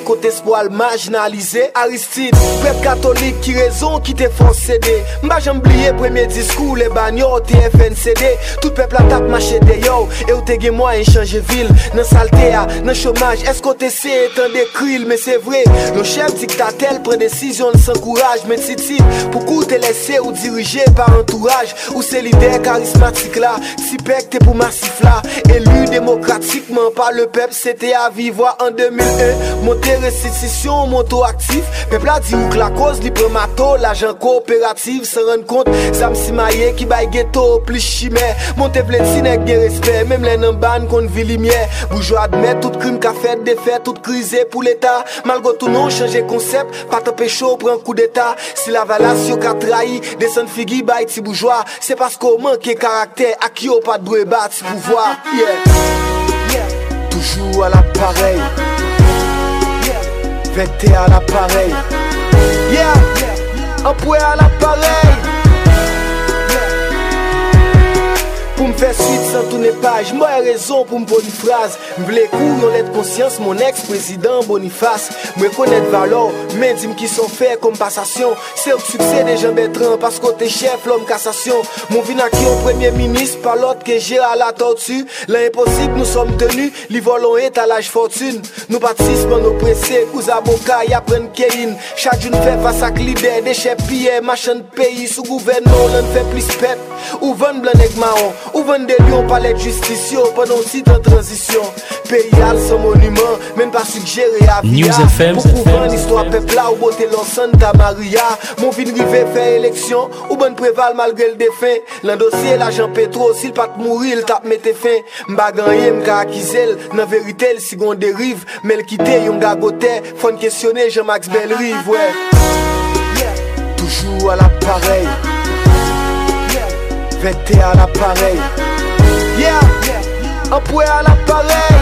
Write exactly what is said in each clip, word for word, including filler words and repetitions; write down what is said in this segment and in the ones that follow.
côté espoir marginalisé. Aristide, peuple catholique qui raison qui te force céder. M'a jamais oublié premier discours les bagnoles T F N C D. Tout peuple a tape marché de yo et ou te gen moyen changer ville. Nan saleté a, nan chômage, est-ce qu'on te sait étant des krill, mais c'est vrai. Le chef dictatel prend décision sans courage, mais titi pour qu'on te laisse ou dirigé par entourage. Ou c'est l'idée charismatique là, si pec t'es pour massif là. Élu démocratiquement par le peuple, c'était à vivre en deux mille un. Monter restitution, moto actif. Peuple a dit ou que la cause li prend mato, l'agent coopérative se rend compte. Sam Simaye qui baille ghetto plus chimère. Monter pléti nèg gen respect, même les nan ban kon vi lumière. Bourgeois admet tout crime qu'a fait défait, tout crisé pour l'état. Malgré tout non changer concept, pas te pécho prend coup d'état. Si la valas yo ka trahi, descend figi baille ti bourgeois. C'est parce qu'on manque caractère, à qui yo pas doué battre si pouvoir. Yeah. Yeah. Toujours à l'appareil. Yeah. Vêté à l'appareil. Yeah. Yeah. Empoué à l'appareil. Pour me faire suite sans tourner page, moi j'ai raison pour me bonne phrase. M'vle kou yon lettre conscience, mon ex-président Boniface. Me connaître valeur, mais dis-moi qui sont faits comme passation. C'est au succès des gens Bertrand, parce que t'es chef, l'homme cassation. Mon vina qui est premier ministre, par l'autre que j'ai à la tortue. L'impossible nous sommes tenus, les volons étalage fortune. Nous participons nos pressés, aux avocats, y apprennent kéine. Chaque jour fait face à l'idée, des chefs pillés, machin de pays, sous gouvernement, l'on fait plus pète. Ou vend blanc avec marron. Ou vend des lions, palais de justice pendant un site en transition. Pays sans monument, même pas suggéré à Via. Pour couvrir l'histoire peuple là, ou beauté l'ensemble Santa Maria. Mon vin rivé fait élection, ou bonne préval malgré le défunt. L'un dossier l'agent Petro, s'il pas mourir, il tape mette fin. M'ba gagné, m'ka acquisel, nan vérité le second dérive. Mais le quitter, yon gagoté, faut questionner Jean-Max Bellerive, ouais. Toujours à l'appareil. Vêté à l'appareil. Yeah, empoué à l'appareil.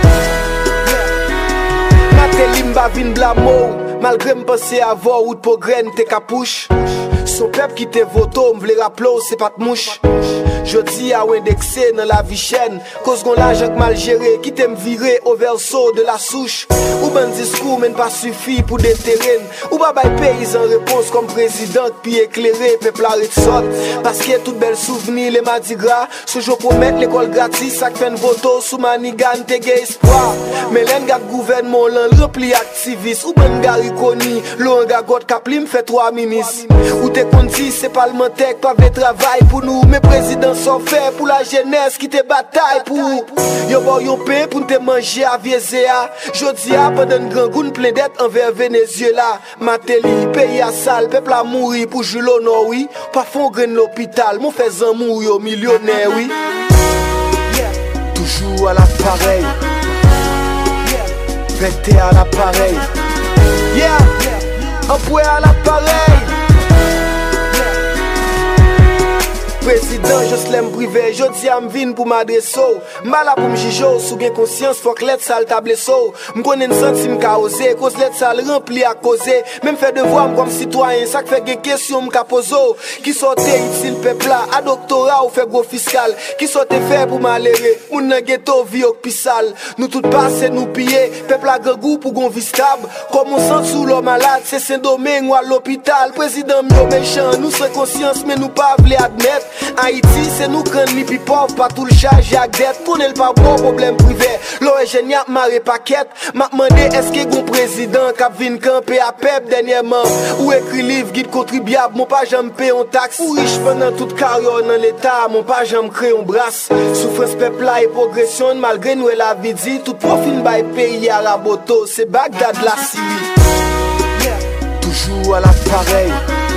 Nathalie mba vin blamo, malgré m'penser à voir ou de progrès t'es capouche. Son peuple qui te voto, m'vle rapplo, c'est pas de mouche. Je dis à ou indexé dans la vie chaîne. Cause qu'on l'argent mal géré, qui t'aime virer au verso de la souche. Ou ben discours mais pas suffit pour déterrer. Ou ba bay pays en réponse comme président puis éclairé, peuple arrête sort. Parce qu'il y a tout bel souvenir, les Mardi Gras. Ce jour promettre l'école gratis, ça fait une voto sous manigan, t'es gay espoir. Mais l'en gars gouvernement, l'en rempli activiste. Ou ben gars reconi, l'on gars god kapli m'fait trois ministres. Ou t'es conti, c'est parlementaire, pas de travail pour nous. Mais président sont faits pour la jeunesse qui te bataille pour. Yo bon yon pain pour te manger à Viezéa. Jodi a pendant une grand goût plein d'être envers Venezuela. Matéli, pays à sale, peuple a mouri pour Jules Honor, oui. Pas fond grain l'hôpital, mon faisant mourir millionnaire, oui. Toujours à l'appareil. Vêté à l'appareil. Yeah, empoué à l'appareil. Président Jocelyn Privé, je dis à m'vin pour m'adresser. M'ala pour m'jijo, sous bien conscience, faut que l'être sale table so. M'konne une senti m'ka osé, cause l'être sale rempli à causer. Même fait devoir comme citoyen, ça fait des questions m'ka poso. Qui sortait utile peuple là, à doctorat ou fait gros fiscal. Qui sortait faire pour m'alérer, ou nan ghetto vie au pisal. Nous tout passer, nous piller, peuple à grand goût pour gon vie stable. Comme on sent sous l'homme malade, c'est Saint-Domingue ou à l'hôpital. Président mio méchant, nous sommes conscience, mais nous pas vle admettre. Haïti, c'est nous quand ni pauvre, pas tout le charge à dette. Pour ne pas bon problème privé. L'origine y'a marre paquette. M'a demandé est-ce qu'il y a un président qui a venu camper à P E P dernièrement. Ou écrit livre guide contribuable, mon pas jamais paye en taxe. Ou riche pendant toute carrière dans l'état, mon pas jamais créé un brasse. Souffrance peuple là et progression, malgré nous la vie dit. Tout profit by pays à la boto, c'est Bagdad la Syrie. Toujours à l'appareil.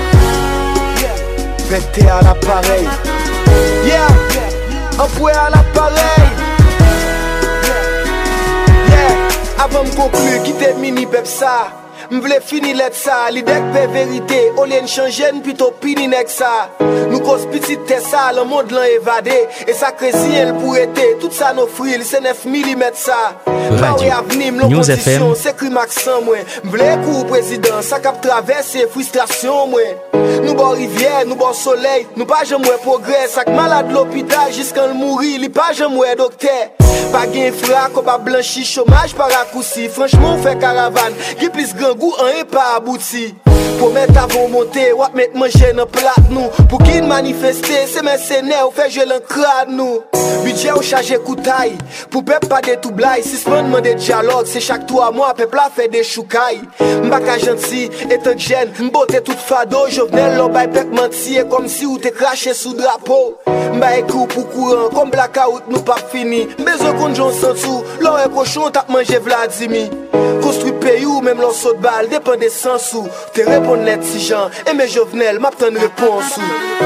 Vêté à l'appareil. Yeah, empoué à l'appareil. Yeah, avant de conclure, quitter mini pep ça. m'vle fini let ça, l'idée que vérité, au lieu de changer, plutôt pini nek ça. Nous cause petite tête ça, le monde l'en évadé, et ça crési elle pour été, tout ça nos fruits, c'est neuf millimètres ça. Radio News F M. C'est crime accent moi, m'vle coup président, ça cap traverser frustration moi. Nous bon rivière, nous bon soleil, nous pas jamais progrès, ça malade l'hôpital jusqu'à le mourir, li pas jamais docteur. Pas gain fra qu'on pas blanchi chômage par raccourci, franchement on fait caravane, qui plus grand goût en est pas abouti. Pour mettre avant monter, ou mettre manger dans plat nous, pour qui manifester, c'est mercenaires, ou fait jouer l'encrade nous. Budget ou chargé coutaille, pour peuple pas de tout blague, si c'est demande de dialogue, c'est chaque trois mois, peuple a fait des choucailles. M'baka gentil, étant jeune, m'bote tout fado, Jovenel l'on bay peuple menti, comme si ou t'es craché sous drapeau. M'ba écrou pour courant, comme blackout nous pas fini. Besoin qu'on j'en sent sous, l'on est cochon, t'as mangé Vladimir. Construit pays ou même l'on saute balle, dépend des cent sous. T'es répondre net si Jean, et mes Jovenel, m'attend une réponse.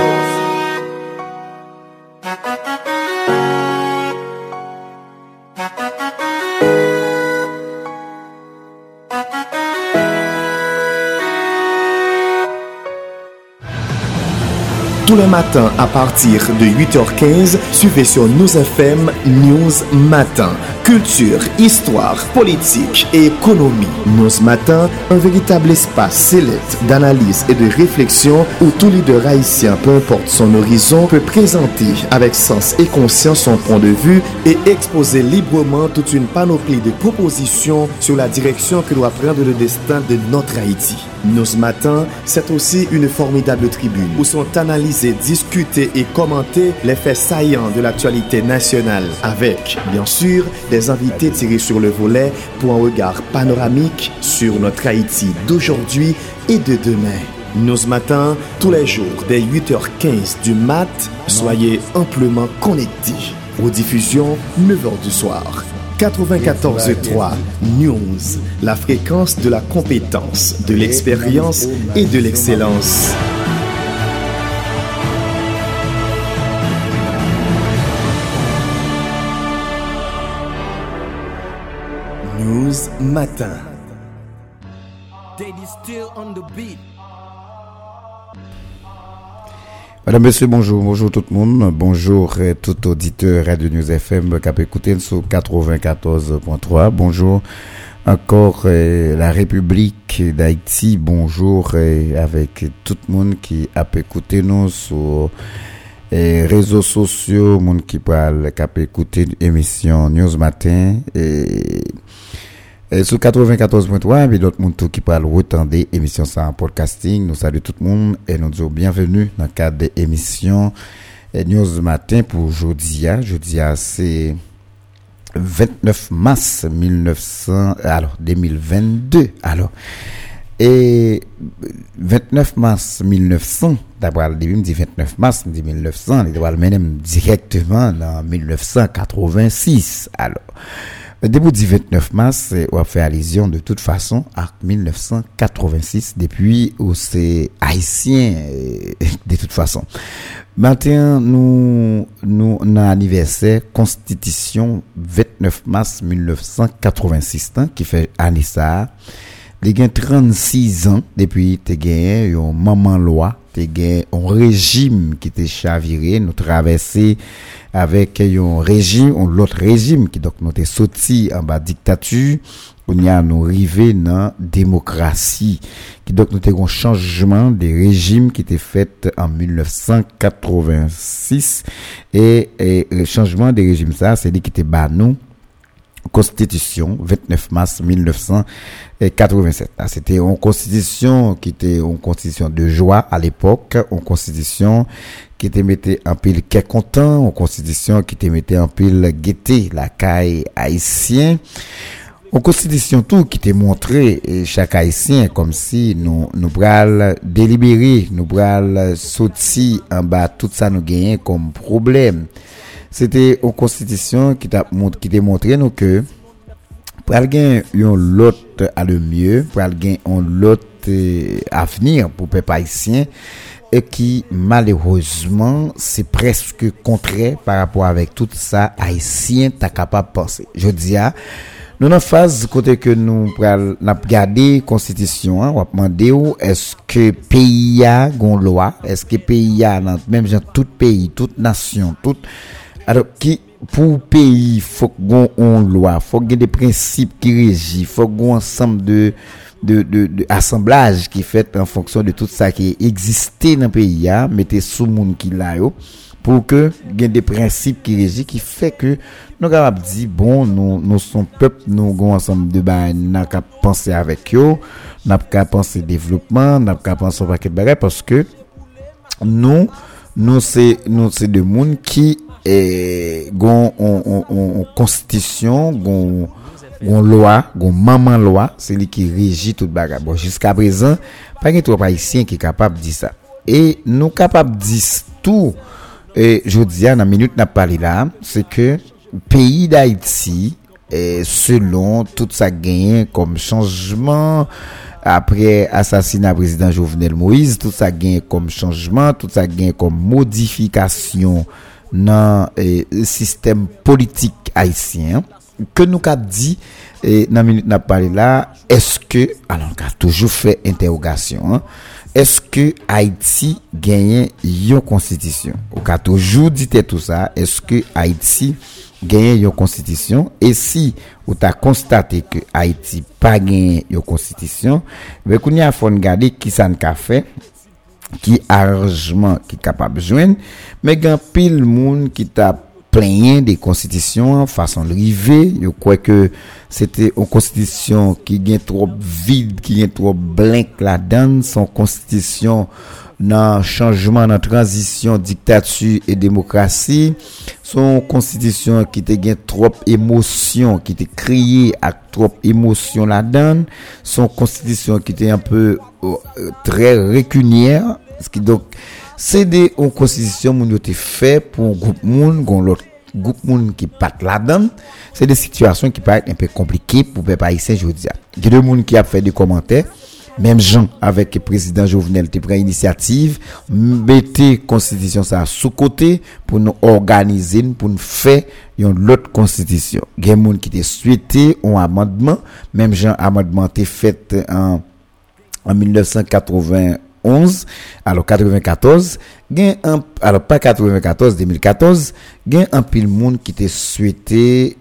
Tous les matins à partir de huit heures quinze, suivez sur News F M News Matin. Culture, histoire, politique et économie. News Matin, un véritable espace sélect d'analyse et de réflexion où tout leader haïtien, peu importe son horizon, peut présenter avec sens et conscience son point de vue et exposer librement toute une panoplie de propositions sur la direction que doit prendre le destin de notre Haïti. News Matin, c'est aussi une formidable tribune où sont analysés, discutés et commentés les faits saillants de l'actualité nationale avec, bien sûr, des invités tirés sur le volet pour un regard panoramique sur notre Haïti d'aujourd'hui et de demain. News Matin, tous les jours dès huit heures quinze du mat, soyez amplement connectés. Aux diffusions, neuf heures du soir. quatre-vingt-quatorze virgule trois News, la fréquence de la compétence, de l'expérience et de l'excellence. News Matin. Madame, Monsieur, bonjour, bonjour tout le monde, bonjour euh, tout auditeur Radio News F M qui a écouté sur quatre-vingt-quatorze virgule trois, bonjour encore euh, la République d'Haïti, bonjour euh, avec tout le monde qui a écouté nous sur les réseaux sociaux, monde qui parle, qui a écouté l'émission News Matin et Et sur quatre-vingt-quatorze virgule trois, et d'autres monde qui parlent retendre émission ça en podcasting. Nous saluons tout le monde et nous disons bienvenue dans le cadre de l'émission News Matin pour aujourd'hui. Jeudi, c'est vingt-neuf mars mille neuf cents, alors deux mille vingt-deux. Alors, et vingt-neuf mars mille neuf cents, d'abord le début me dit vingt-neuf mars, me dit mille neuf cents, il doit le mener directement dans mille neuf cent quatre-vingt-six. Alors, début du vingt-neuf mars, on a fait allusion de toute façon à mille neuf cent quatre-vingt-six, depuis où c'est haïtien de toute façon. Maintenant, nous, nous, on a anniversaire constitution vingt-neuf mars mille neuf cent quatre-vingt-six, hein, qui fait année ça. Il y a trente-six ans depuis que tu as un maman loi, tu as un régime qui t'est chaviré, nous traversé avec un régime, un autre régime qui donc nous t'est sorti en bas dictature, on y a nous arrivé dans démocratie, qui donc nous t'ai un changement de régime qui était fait en mille neuf cent quatre-vingt-six et, et le changement de régime ça, c'est dit qui était bas nous constitution vingt-neuf mars mille neuf cent quatre-vingt-sept. C'était une constitution qui était une constitution de joie à l'époque, une constitution qui te mettait en pile qu'est content, une constitution qui te mettait en pile gaieté la caille haïtien. Une constitution tout qui te montrait chaque haïtien comme si nous nous pral délibérer, nous pral sortir en bas tout ça nous gagner comme problème. C'était une constitution qui t'a qui t'a montré nous que pour gagner un lot à le mieux, pour gagner un lot avenir pour peuple haïtien et qui malheureusement c'est presque contraire par rapport avec tout ça haïtien t'a capable penser. Je dis à nous en phase côté que nous pral n'a regarder constitution hein, on va demander est-ce que pays a gon loi, est-ce que pays a même genre tout pays, toute nation, toute alors qui pour pays faut gon on loi, faut qu'il y ait des principes qui régissent, faut gon ensemble de de de, de assemblage qui fait en fonction de tout ça qui existait dans le pays a, mettez sous monde qui là yo pour que il y ait des principes qui régissent qui fait que nous capable dire bon nous nous sommes peuple nous gon ensemble de ba n'a qu'à penser avec yo n'a qu'à penser développement n'a qu'à penser paquet de bagages parce que nous nous c'est nous c'est de monde qui est gon on on on constitution gon gon loi gon maman loi c'est lui qui régit toute bagage bon jusqu'à présent pas un trop haïtien qui est capable de dire ça et nous capable dire tout. Et je dis dans la minute n'a parlé là, c'est que pays d'Haïti est selon tout ça gagné comme changement après assassinat président Jovenel Moïse, tout ça gagné comme changement, tout ça gagné comme modification dans le système politique haïtien que nous qu'a dit et dans la minute n'a parlé là, est-ce que alors on a toujours fait interrogation hein, est-ce que Haïti gagne une constitution? On a toujours dit tout ça. Est-ce que Haïti gagne une constitution? Et si on a constaté que Haïti pas gagne une constitution, ben qu'on y a faut regarder qui ça n'a fait, qui arrangement qui capable joindre, mais gan pile monde qui t'a plein des constitutions façon de river, je crois que c'était une constitution qui gagne trop vide, qui gagne trop blanc là-dedans, son constitution dans changement dans transition dictature et démocratie, son constitution qui te gagne trop émotion, qui te crié à trop émotion là-dedans, son constitution qui était un peu euh, très récunière, ce qui donc c'est des une constitution moun yo te fait pour un groupe moun gon l'autre groupe moun qui pat là-dedans, c'est des situations qui paraissent un peu compliquées pour peuple haïtien jodi a. Il y a des moun qui a fait des commentaires, même Jean avec le président Jovenel te prend initiative mettre constitution ça sous côté pour nous organiser pour nous faire une autre constitution. Il y a des moun qui te souhaité un amendement, même Jean amendement te fait en en dix-neuf cent quatre-vingt-onze alors quatre-vingt-quatorze gain un alors pas quatre-vingt-quatorze deux mille quatorze gain un pile monde qui était souhaité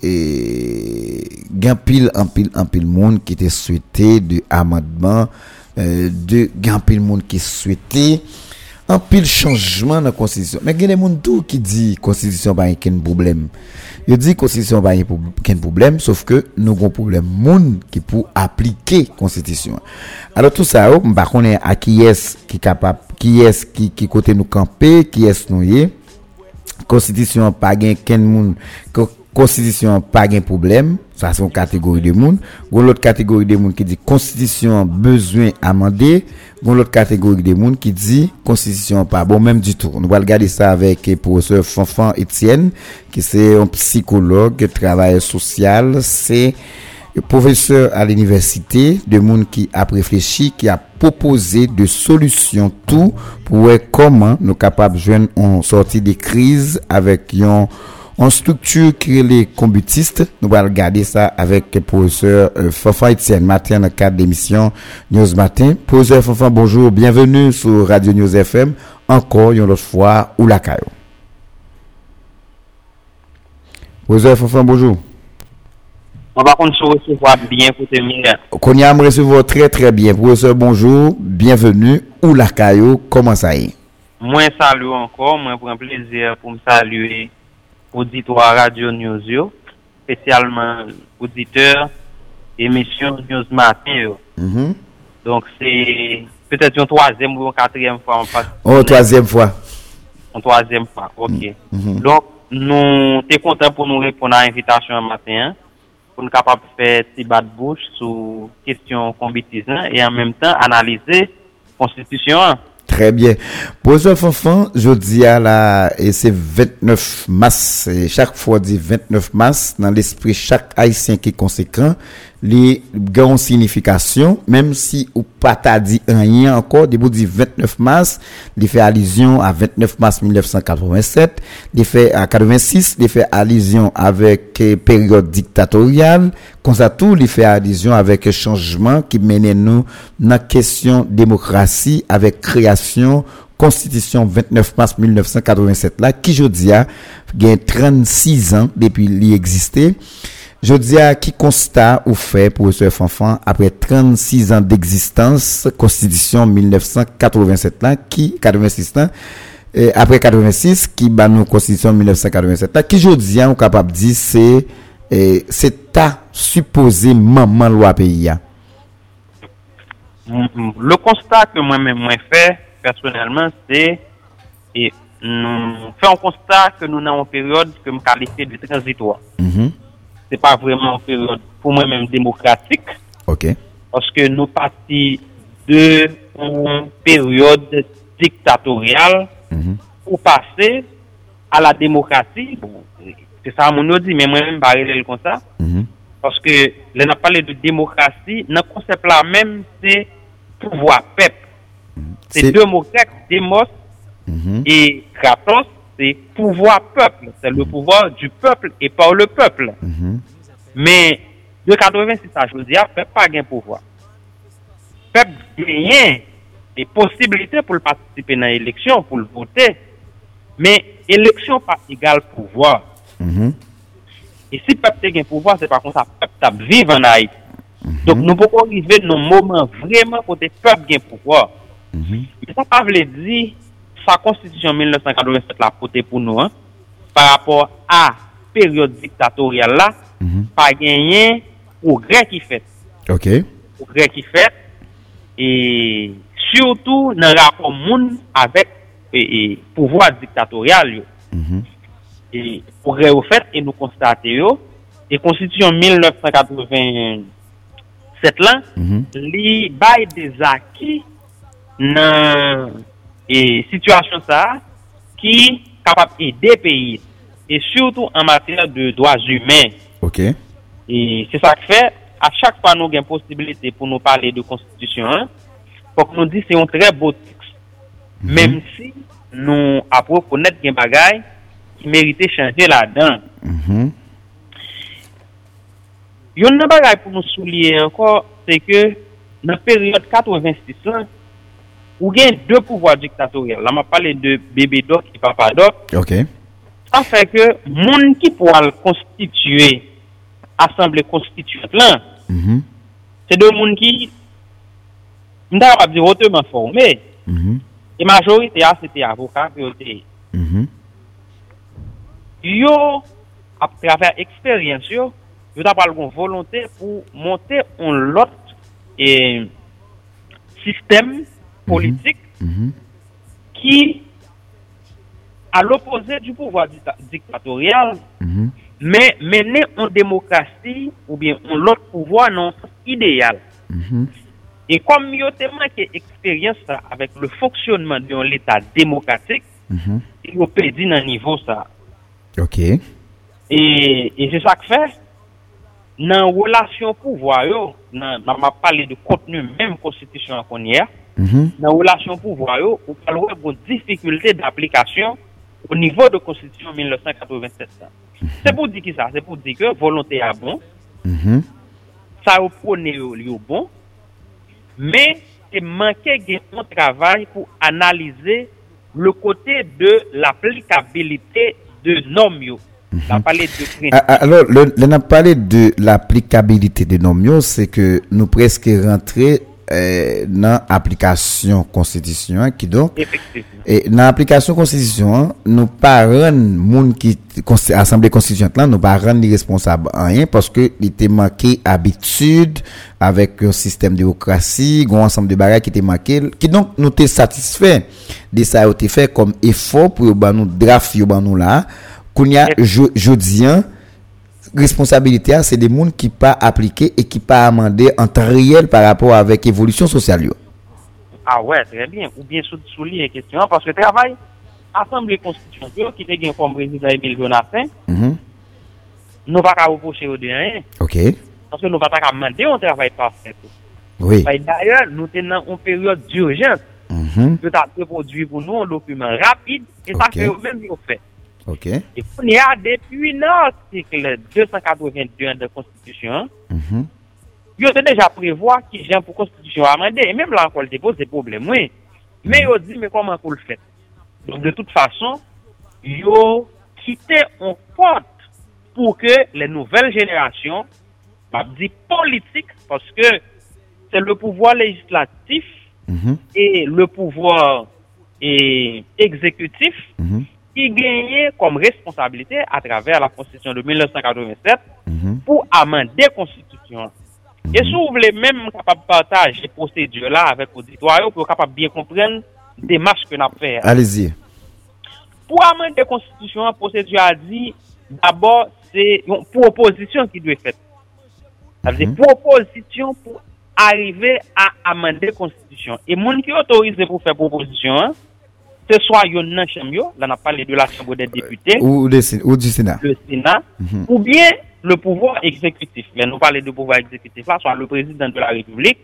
et gain pile un pile un pile monde qui était souhaité de amendement euh, de gain pile monde qui souhaitait un pile changement dans la constitution mais gain des monde tout qui dit constitution pas aucun problème il dit constitution pas aucun problème sauf que nous avons problème monde qui pour appliquer constitution alors tout ça on pas connaît à qui est qui capable qui est qui qui côté nous camper qui est nous y constitution pas gain ken monde constitution pas gain problème ça c'est une catégorie de monde gon l'autre catégorie de monde qui dit constitution besoin amender gon l'autre catégorie de monde qui dit constitution pas bon même du tout nous va regarder ça avec professeur Fanfan Etienne qui c'est un psychologue travailleur social c'est professeur à l'université de monde qui a réfléchi qui a proposé de solutions tout pour voir comment nous capables joindre en sortie des crises avec un en structure qui est les combutistes. Nous allons regarder ça avec le professeur euh, Fanfan Etienne matin dans le cadre d'émission News Matin. Professeur Fanfan, bonjour, bienvenue sur Radio News F M encore une autre fois ou la caillou. Professeur Fanfan, bonjour. On va contre recevoir bien pour terminer. Qu'on y a me recevoir très très bien. Professeur, bonjour, bienvenue ou la caillou, comment ça y est? Moi salut encore, moi prend plaisir pour me saluer auditoire Radio News yo, spécialement auditeur émission News Matin. Mm-hmm. Donc c'est peut-être une troisième ou une quatrième fois on passe. Oh, troisième fois. Une troisième fois. OK. Mm-hmm. Donc nous t'es content pour nous répondre à l'invitation matin pour nous capable faire petit bas de bouche sur question combitisme et en même temps analyser constitution. Très bien. Professeur Fanfan, je dis à la, et c'est vingt-neuf mars, et chaque fois dit vingt-neuf mars, dans l'esprit chaque haïtien qui est conséquent, les grandes significations, même si ou pas t'a dit rien encore, debout du vingt-neuf mars, il fait allusion à vingt-neuf mars mille neuf cent quatre-vingt-sept, il fait à quatre-vingt-six, il fait allusion avec eh, période dictatoriale, comme ça tout, il fait allusion avec changement qui mène nous dans question démocratie avec création Constitution vingt-neuf mars mille neuf cent quatre-vingt-sept là qui jodi a gagne trente-six ans depuis l'y exister. Jodi a qui constat ou fait professeur Fanfan après trente-six ans d'existence Constitution mille neuf cent quatre-vingt-sept là qui quatre-vingt-six là et après quatre-vingt-six qui ba nous Constitution mille neuf cent quatre-vingt-sept là qui jodi a on capable dire c'est et c'est ta supposé maman loi pays a. Le constat que moi-même moi fait personnellement, c'est et nous faisons un constat que nous avons une période que je qualifie de transitoire. Mm-hmm. C'est pas vraiment une période pour moi-même démocratique. OK. Parce que nous partons de une période dictatoriale Mm-hmm. pour passer à la démocratie. Bon, c'est ça mon dit, mais moi-même je vais comme ça. Mm-hmm. Parce que là, on a parlé de démocratie, dans le concept là même, c'est pouvoir peuple. C'est, c'est deux mots grecs, démos mm-hmm. et kratos, c'est pouvoir peuple. C'est le pouvoir du peuple et par le peuple. Mm-hmm. Mais de quatre-vingt-six à je dis, peuple pas gain pouvoir. Peuple gagne des possibilités pour participer dans l'élection, pour le voter. Mais élection pas égale pouvoir. Mm-hmm. Et si peuple gagne pouvoir, c'est pas comme ça peuple t'a vivre en Haïti. Mm-hmm. Donc nous pouvons arriver dans un moment vraiment côté peuple gagne pouvoir. Mm-hmm. Mais ça pas veut dire sa constitution mille neuf cent quatre-vingt-sept la côté pour nous hein, par rapport à période dictatoriale là, mm-hmm. pas gagné progrès qui fait. OK. Progrès qui fait et surtout dans le rapport monde avec et, et pouvoir dictatorial yo. Mm-hmm. Et progrès au fait et nous constater yo et constitution mille neuf cent quatre-vingt-sept là, mm-hmm. li bail des acquis dans et situation ça qui capable aider pays et surtout en matière de droits humains. OK. Et c'est ça que fait à chaque fois nous avons une possibilité pour nous parler de constitution hein, pour que nous dit c'est un très beau texte. Mm-hmm. Même si nous après connaître des bagailles qui méritait changer là-dedans. Mhm. Yon nan bagay pour nous souligner encore c'est que dans la période quatre-vingt-six là ou gen deux pouvoirs dictatoriaux. Là, m'a parlé de bébé doc et papa doc. OK. Ça fait que monde qui pourra constituer assemblée constituante là, Mhm. c'est deux monde qui m'ta pas dire hautement formé Mhm. et majorité a c'était avocat qui était. Mhm. Yo à travers expérience yo, yo t'a pas une volonté pour monter un lot et système politique Mhm. qui à l'opposé du pouvoir dicta- dictatorial Mhm. mais mener en démocratie ou bien un autre pouvoir non idéal. Mhm. Et comme yo te manqué expérience ça, avec le fonctionnement de l'état démocratique, Mhm. yo perdu dans niveau ça. OK. Et et c'est ça que fait dans relation pouvoir yo, dans m'a parlé de contenu même constitution qu'on y a. Mhm. Dans relation pouvoir yo, on parle de difficulté d'application au niveau de constitution mille neuf cent quatre-vingt-sept. Mm-hmm. C'est pour dire qui ça, c'est pour dire que volonté est bon. Mhm. Ça au prôné yo bon. Mais il manquait un travail pour analyser le côté de l'applicabilité de normes yo. On a parlé de principe. Alors, le, le, on a parlé de l'applicabilité des normes, c'est que nous presque rentré euh, dans l'application constitution qui donc Effectivement. et dans l'application constitution nous pas rendre monde qui assemblée constituante là nous pas rendre les responsables en rien parce que il était manqué habitude avec un système démocratie un ensemble de bagages qui était manqué qui donc nous était satisfait de ça a été fait comme effort pour ba nous draft yo ba nous là kounya jodien responsabilité c'est des monde qui pas appliqué et qui pas amendé en temps réel par rapport avec évolution sociale yo. Ah ouais, très bien. Ou bien souligner la question parce que travail assemblée constituante qui était gain comme président Émile Jonathan. Mhm. Nous pas reprocher au rien. OK. Parce que nous ne pouvons pas demander un travail parfait. Oui. D'ailleurs, nous sommes en période d'urgence. Mm-hmm. Nous avons produit pour nous un document rapide et ça Okay. fait eux-mêmes qu'ils ont fait. OK. Et on y a depuis l'article deux cent quatre-vingt-deux de la Constitution, Mm-hmm. ils ont déjà prévoir qui vient pour la Constitution amendée. Et même là, on dépose des problèmes, oui. Mais ils ont dit, mais comment pour le faire? Donc, de toute façon, ils ont quitté en porte pour que les nouvelles générations, bah, dit politique, parce que c'est le pouvoir législatif Mm-hmm. et le pouvoir et exécutif Mm-hmm. qui gagnait comme responsabilité à travers la Constitution de mille neuf cent quatre-vingt-sept Mm-hmm. pour amender la Constitution. Et si vous voulez même capable de partager cette procédure-là avec l'auditoire, pour capable bien comprendre la démarche que nous avons fait. Allez-y. Pour amender la Constitution, la procédure a dit, d'abord, c'est une proposition qui doit être faite. Ça veut dire proposition pour arriver à amender la Constitution. Et les gens qui sont autorisés pour faire proposition, hein, ce soit yon nan chambre, yo, là on a parlé de la Chambre des députés, Ou, de- ou du Sénat. le Sénat, Mhm. ou bien le pouvoir exécutif. Là nous parlons de pouvoir exécutif, là, soit le président de la République,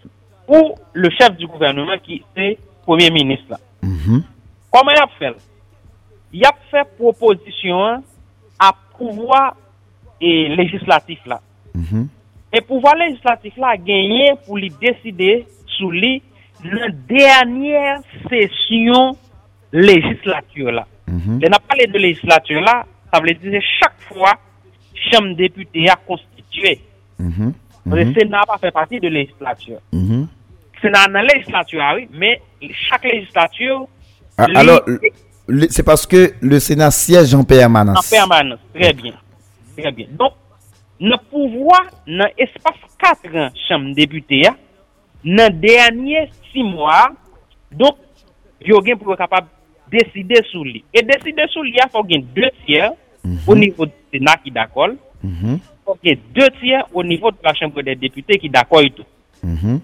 ou le chef du gouvernement qui est Premier ministre. Là. Mhm. Comment il a fait? Il a fait proposition hein, à pouvoir et législatif là. Mhm. Et pouvoir législatif là a gagné pour lui décider sous lui la dernière session législature là. Mhm. On a parlé de législature là, ça veut dire chaque fois chambre député a constitué. Mhm. Le Mhm. Sénat pas fait partie de législature. Mhm. Sénat dans la législature oui, mais chaque législature Ah, lui, alors, le- c'est parce que le Sénat siège en en permanence. permanence. Très bien. Très bien. Donc, le pouvoir, dans l'espace quatre ans, chambre député, dans les derniers six mois, donc, il y a pour être capable de décider sur lui. Et décider sur lui, il faut qu'il y ait deux tiers au niveau du Sénat qui est d'accord. Mhm. Il faut qu'il y ait deux tiers au niveau de la Chambre des députés qui est d'accord et tout. Mhm.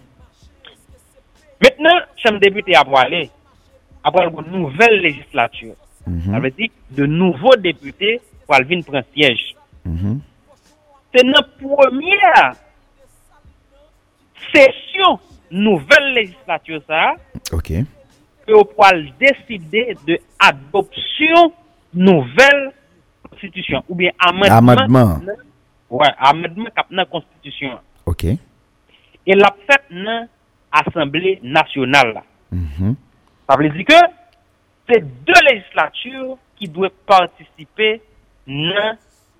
Maintenant, Chambre des députés a aller après une nouvelle législature. Mhm. Ça veut dire que de nouveaux députés pour venir prendre siège. Mhm. C'est notre première session nouvelle législature ça OK. que on pourra décider de adoption nouvelle constitution ou bien amendement. Amendement. Ouais, amendement cap dans constitution. OK. Et l'a fait dans Assemblée nationale là. Mhm. Ça veut dire que c'est deux législatures qui doivent participer à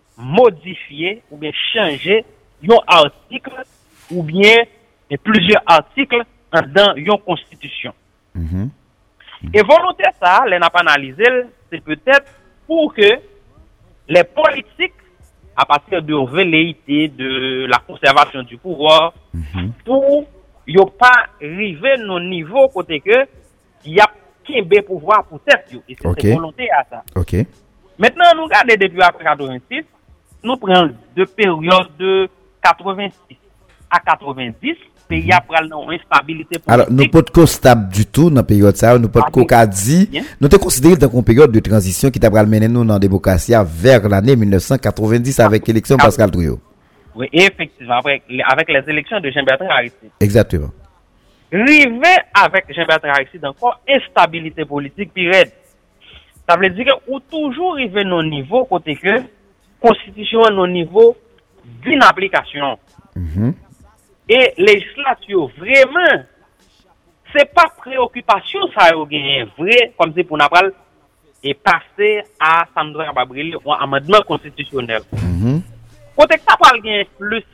modifier ou bien changer un article ou bien et plusieurs articles dans une constitution. Mhm. Et volonté ça, les n'a pas analysé, c'est peut-être pour que les politiques, à partir de velléité de la conservation du pouvoir, pour ne pas arriver à nos niveaux côté que il y a qu'un pouvoir pour tête. Et c'est Ok. volonté à ça. OK. Maintenant, nous regardons depuis après quatre-vingt-six, nous prenons deux périodes de quatre-vingt-six à quatre-vingt-dix, pays après une instabilité politique. Alors, nous pas de stable du tout dans la période ça, nous pas de Ah, cocadi. bien. Nous te considéré dans une période de transition qui t'a mené nous dans la démocratie vers l'année mille neuf cent quatre-vingt-dix avec l'élection Ah. Pascal Trouillot. Oui, effectivement, avec, avec les élections de Jean-Bertrand Aristide. Exactement. Rivé avec Jean-Bertrand Aristide encore instabilité politique pire. Ça veut dire que ou toujours rivé nos niveaux côté que constitution nos niveaux d'une application. Mhm. Et législature vraiment c'est pas préoccupation ça yo gagné vrai comme c'est pour n'a pas et passer à Sandra Babril un amendement constitutionnel. Mhm. Côté que ça parle gagner plus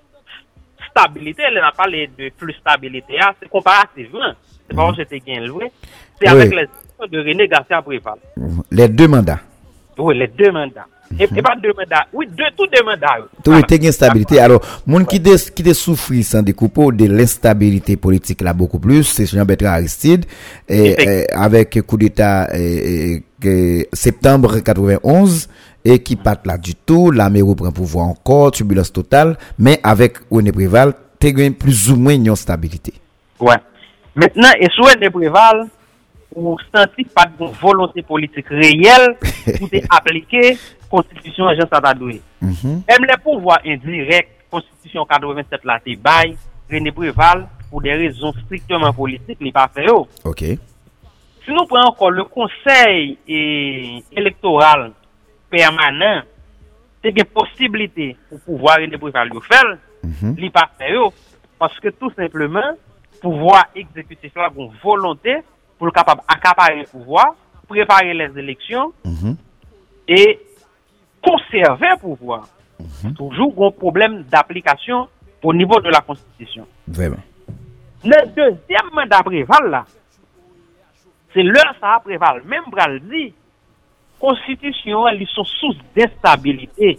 stabilité, elle n'a pas parlé de plus stabilité, ah, c'est comparativement. C'est pas que c'était gain vrai. C'est Oui. avec les élections de René Garcia Préval. Les deux mandats. Oui, les deux mandats. Et, et pas deux mandats. Oui, deux, tous deux mandats. Tout était une instabilité. Alors, moun qui de, qui de souffrir sans découper de l'instabilité politique là beaucoup plus, c'est Jean-Bertrand Aristide, et, euh, avec coup d'état, euh, euh, septembre quatre-vingt-onze, et qui part là du tout, l'armée reprend pouvoir encore, turbulence totale, mais avec René Préval, t'es gagné plus ou moins une stabilité. Ouais. Maintenant, et sur René Préval, ou senti pas de volonté politique réelle pour appliquer constitution Jean Satadoué. Mhm. Même les pouvoirs indirects constitution quatre-vingt-sept là c'est bail René Préval pour des raisons strictement politiques, il pas fait. OK. Si nous prenons encore le conseil et, électoral permanent, c'est une possibilité pour pouvoir René Préval le faire, Mhm. il pas fait parce que tout simplement pouvoir exécutif là une volonté pour le capable accaparer le pouvoir, préparer les élections Mhm. et conserver le pouvoir. Toujours un problème d'application au niveau de la Constitution. Vraiment. Le deuxième mandat Préval là, c'est l'heure ça Préval. Même Bral dit, Constitution, ils sont sous d'instabilité.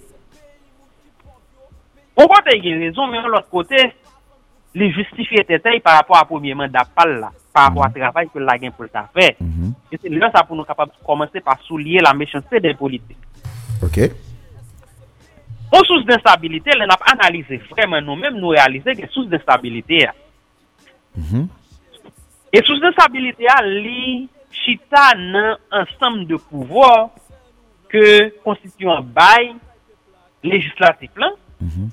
On va avoir raison, mais de l'autre côté, les justifier tête par rapport à premier mandat Pal là, par rapport au travail que la gain pour le faire. Mhm. Et c'est l'heure ça pour nous capables de commencer par souligner la méchanceté des politiques. OK. Aux sources d'instabilité, on a analysé vraiment nous-mêmes, nous réaliser que sources d'instabilité. Mhm. Et sources d'instabilité, li chita nan ensemble de pouvoirs que constitue un bail législatif là, Mhm.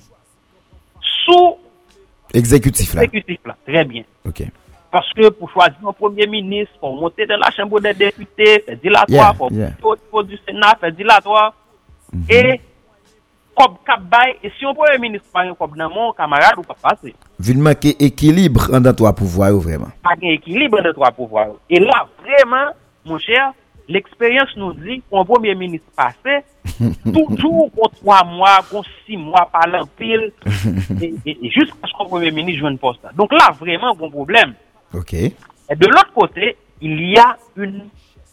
sous Exécutif là. exécutif là. Très bien. OK. Parce que pour choisir un premier ministre, pour monter dans la chambre des députés, faire dilatoire, Yeah, pour yeah. au niveau du Sénat, faire dilatoire. Mhm. Et comme cap bail, et si on premier ministre pas un comme dans mon camarade ou pas passer. Vil manquer équilibre en dans trois pouvoirs vraiment. Pas un équilibre de trois pouvoirs. Et là, vraiment, mon cher, l'expérience nous dit qu'un premier ministre passé, toujours pour trois mois, pour six mois, par l'empile, et, et, et jusqu'à ce qu'un premier ministre joue un poste. Donc là, vraiment, bon problème. OK. Et de l'autre côté, il y a une,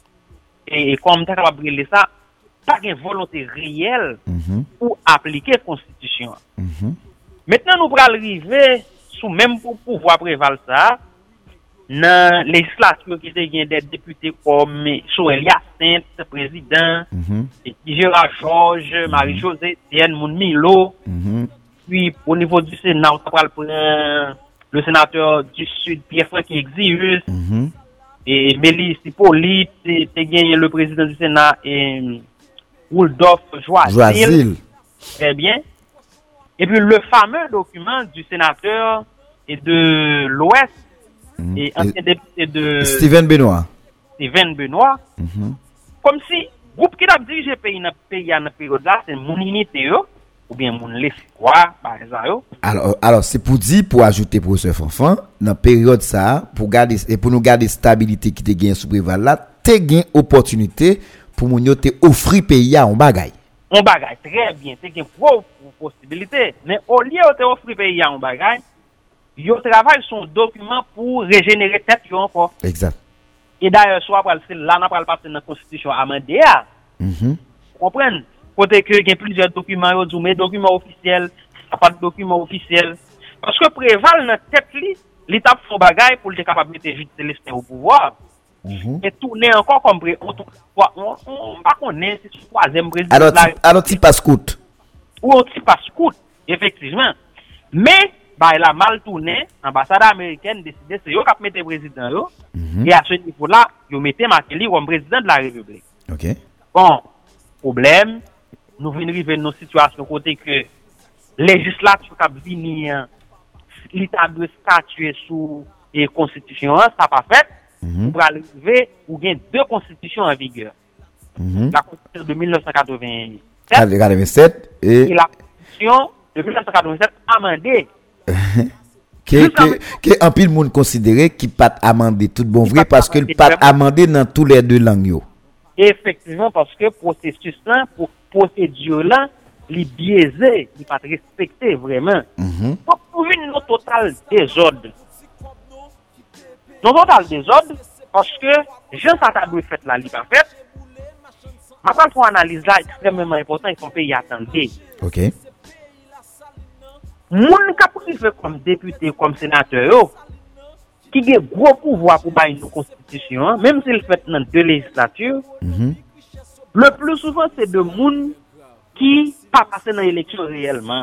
et comme tu as capable de brûler ça, pas une volonté réelle Mhm. pour appliquer la Constitution. Mhm. Maintenant, nous allons arriver sous même pour pouvoir prévaloir ça, dans la législature qui a des députés comme Soel Yacinthe, président, Mhm. et Gérard Georges, Marie-Josée Etienne, Moun Milo, Mhm. puis au niveau du Sénat, on va prendre le sénateur du Sud, Pierre-Franck Exius, Mhm. et Mélis Hippolyte, et t'es gagné le président du Sénat, et Woldorf Joasil. Joasil. Très bien. Et puis le fameux document du sénateur et de l'Ouest, Mhm. et ancien député de Steven Benoît. Steven Benoît, Mhm. comme si groupe qui a dirigé le pays dans le pays dans la période là, c'est mon unité, yo, ou bien mon l'espoir, par exemple. Yo. Alors, alors c'est pour dire, pour ajouter professeur Fanfan, dans la période ça, pour garder, et pour nous garder stabilité qui te gagne sous Préval là, te gagne opportunité pour nous te offrir pays à un bagay. On bagaille très bien, c'est une grosse possibilité. Mais au lieu de offrir pays à un bagaille, yo travaille son document pour régénérer tête yo encore. Exact. Et d'ailleurs, soit c'est là, on va passer dans la constitution amendée. Mhm. Comprenez? Côté que il y a plusieurs documents, yo dit, mais documents officiels, pas de documents officiels. Parce que Préval dans tête li, l'état son bagaille pour être capable de mettre Jude Célestin au pouvoir. Mhm. Et tourner encore comme pré- on on on pas connaît c'est le troisième président Alors, de la ti- alors tu passes coûte. ou on t'y passe coûte effectivement. Mais bah il a mal tourné, l'ambassade américaine décidé c'est yo qui mettre président yo Mhm. et à ce niveau-là, yo mettez Macky comme président de la République. OK. Bon, problème, nous venons arriver dans une situation côté que législature qui venir l'état de statuer sous et constitution, ça pas fait. Mhm. Pour arriver, ou bien deux constitutions en vigueur. Mhm. La constitution de mille neuf cent quatre-vingt-sept quatre-vingt-sept et et la constitution de mille neuf cent quatre-vingt-sept amendée. que que que en pile monde considéré qui pas amendé tout bon vrai parce que le pas amendé dans tous les deux langues yo. Effectivement, parce que processus là, pour procédure là, les biaisé, il pas respecté vraiment. Mhm. Pour pour une total désordre. Non total désordre, parce que Jean Satadou fait là, il pas fait. Maintenant, pour analyse là extrêmement important, il faut payer attendre. OK. Moun ka privé comme député, comme sénateur, yo, qui a gros pouvoir pour bailler une constitution, hein, même s'il fait dans deux législatures, Mhm. le plus souvent c'est de moun qui pas passé dans l'élection réellement.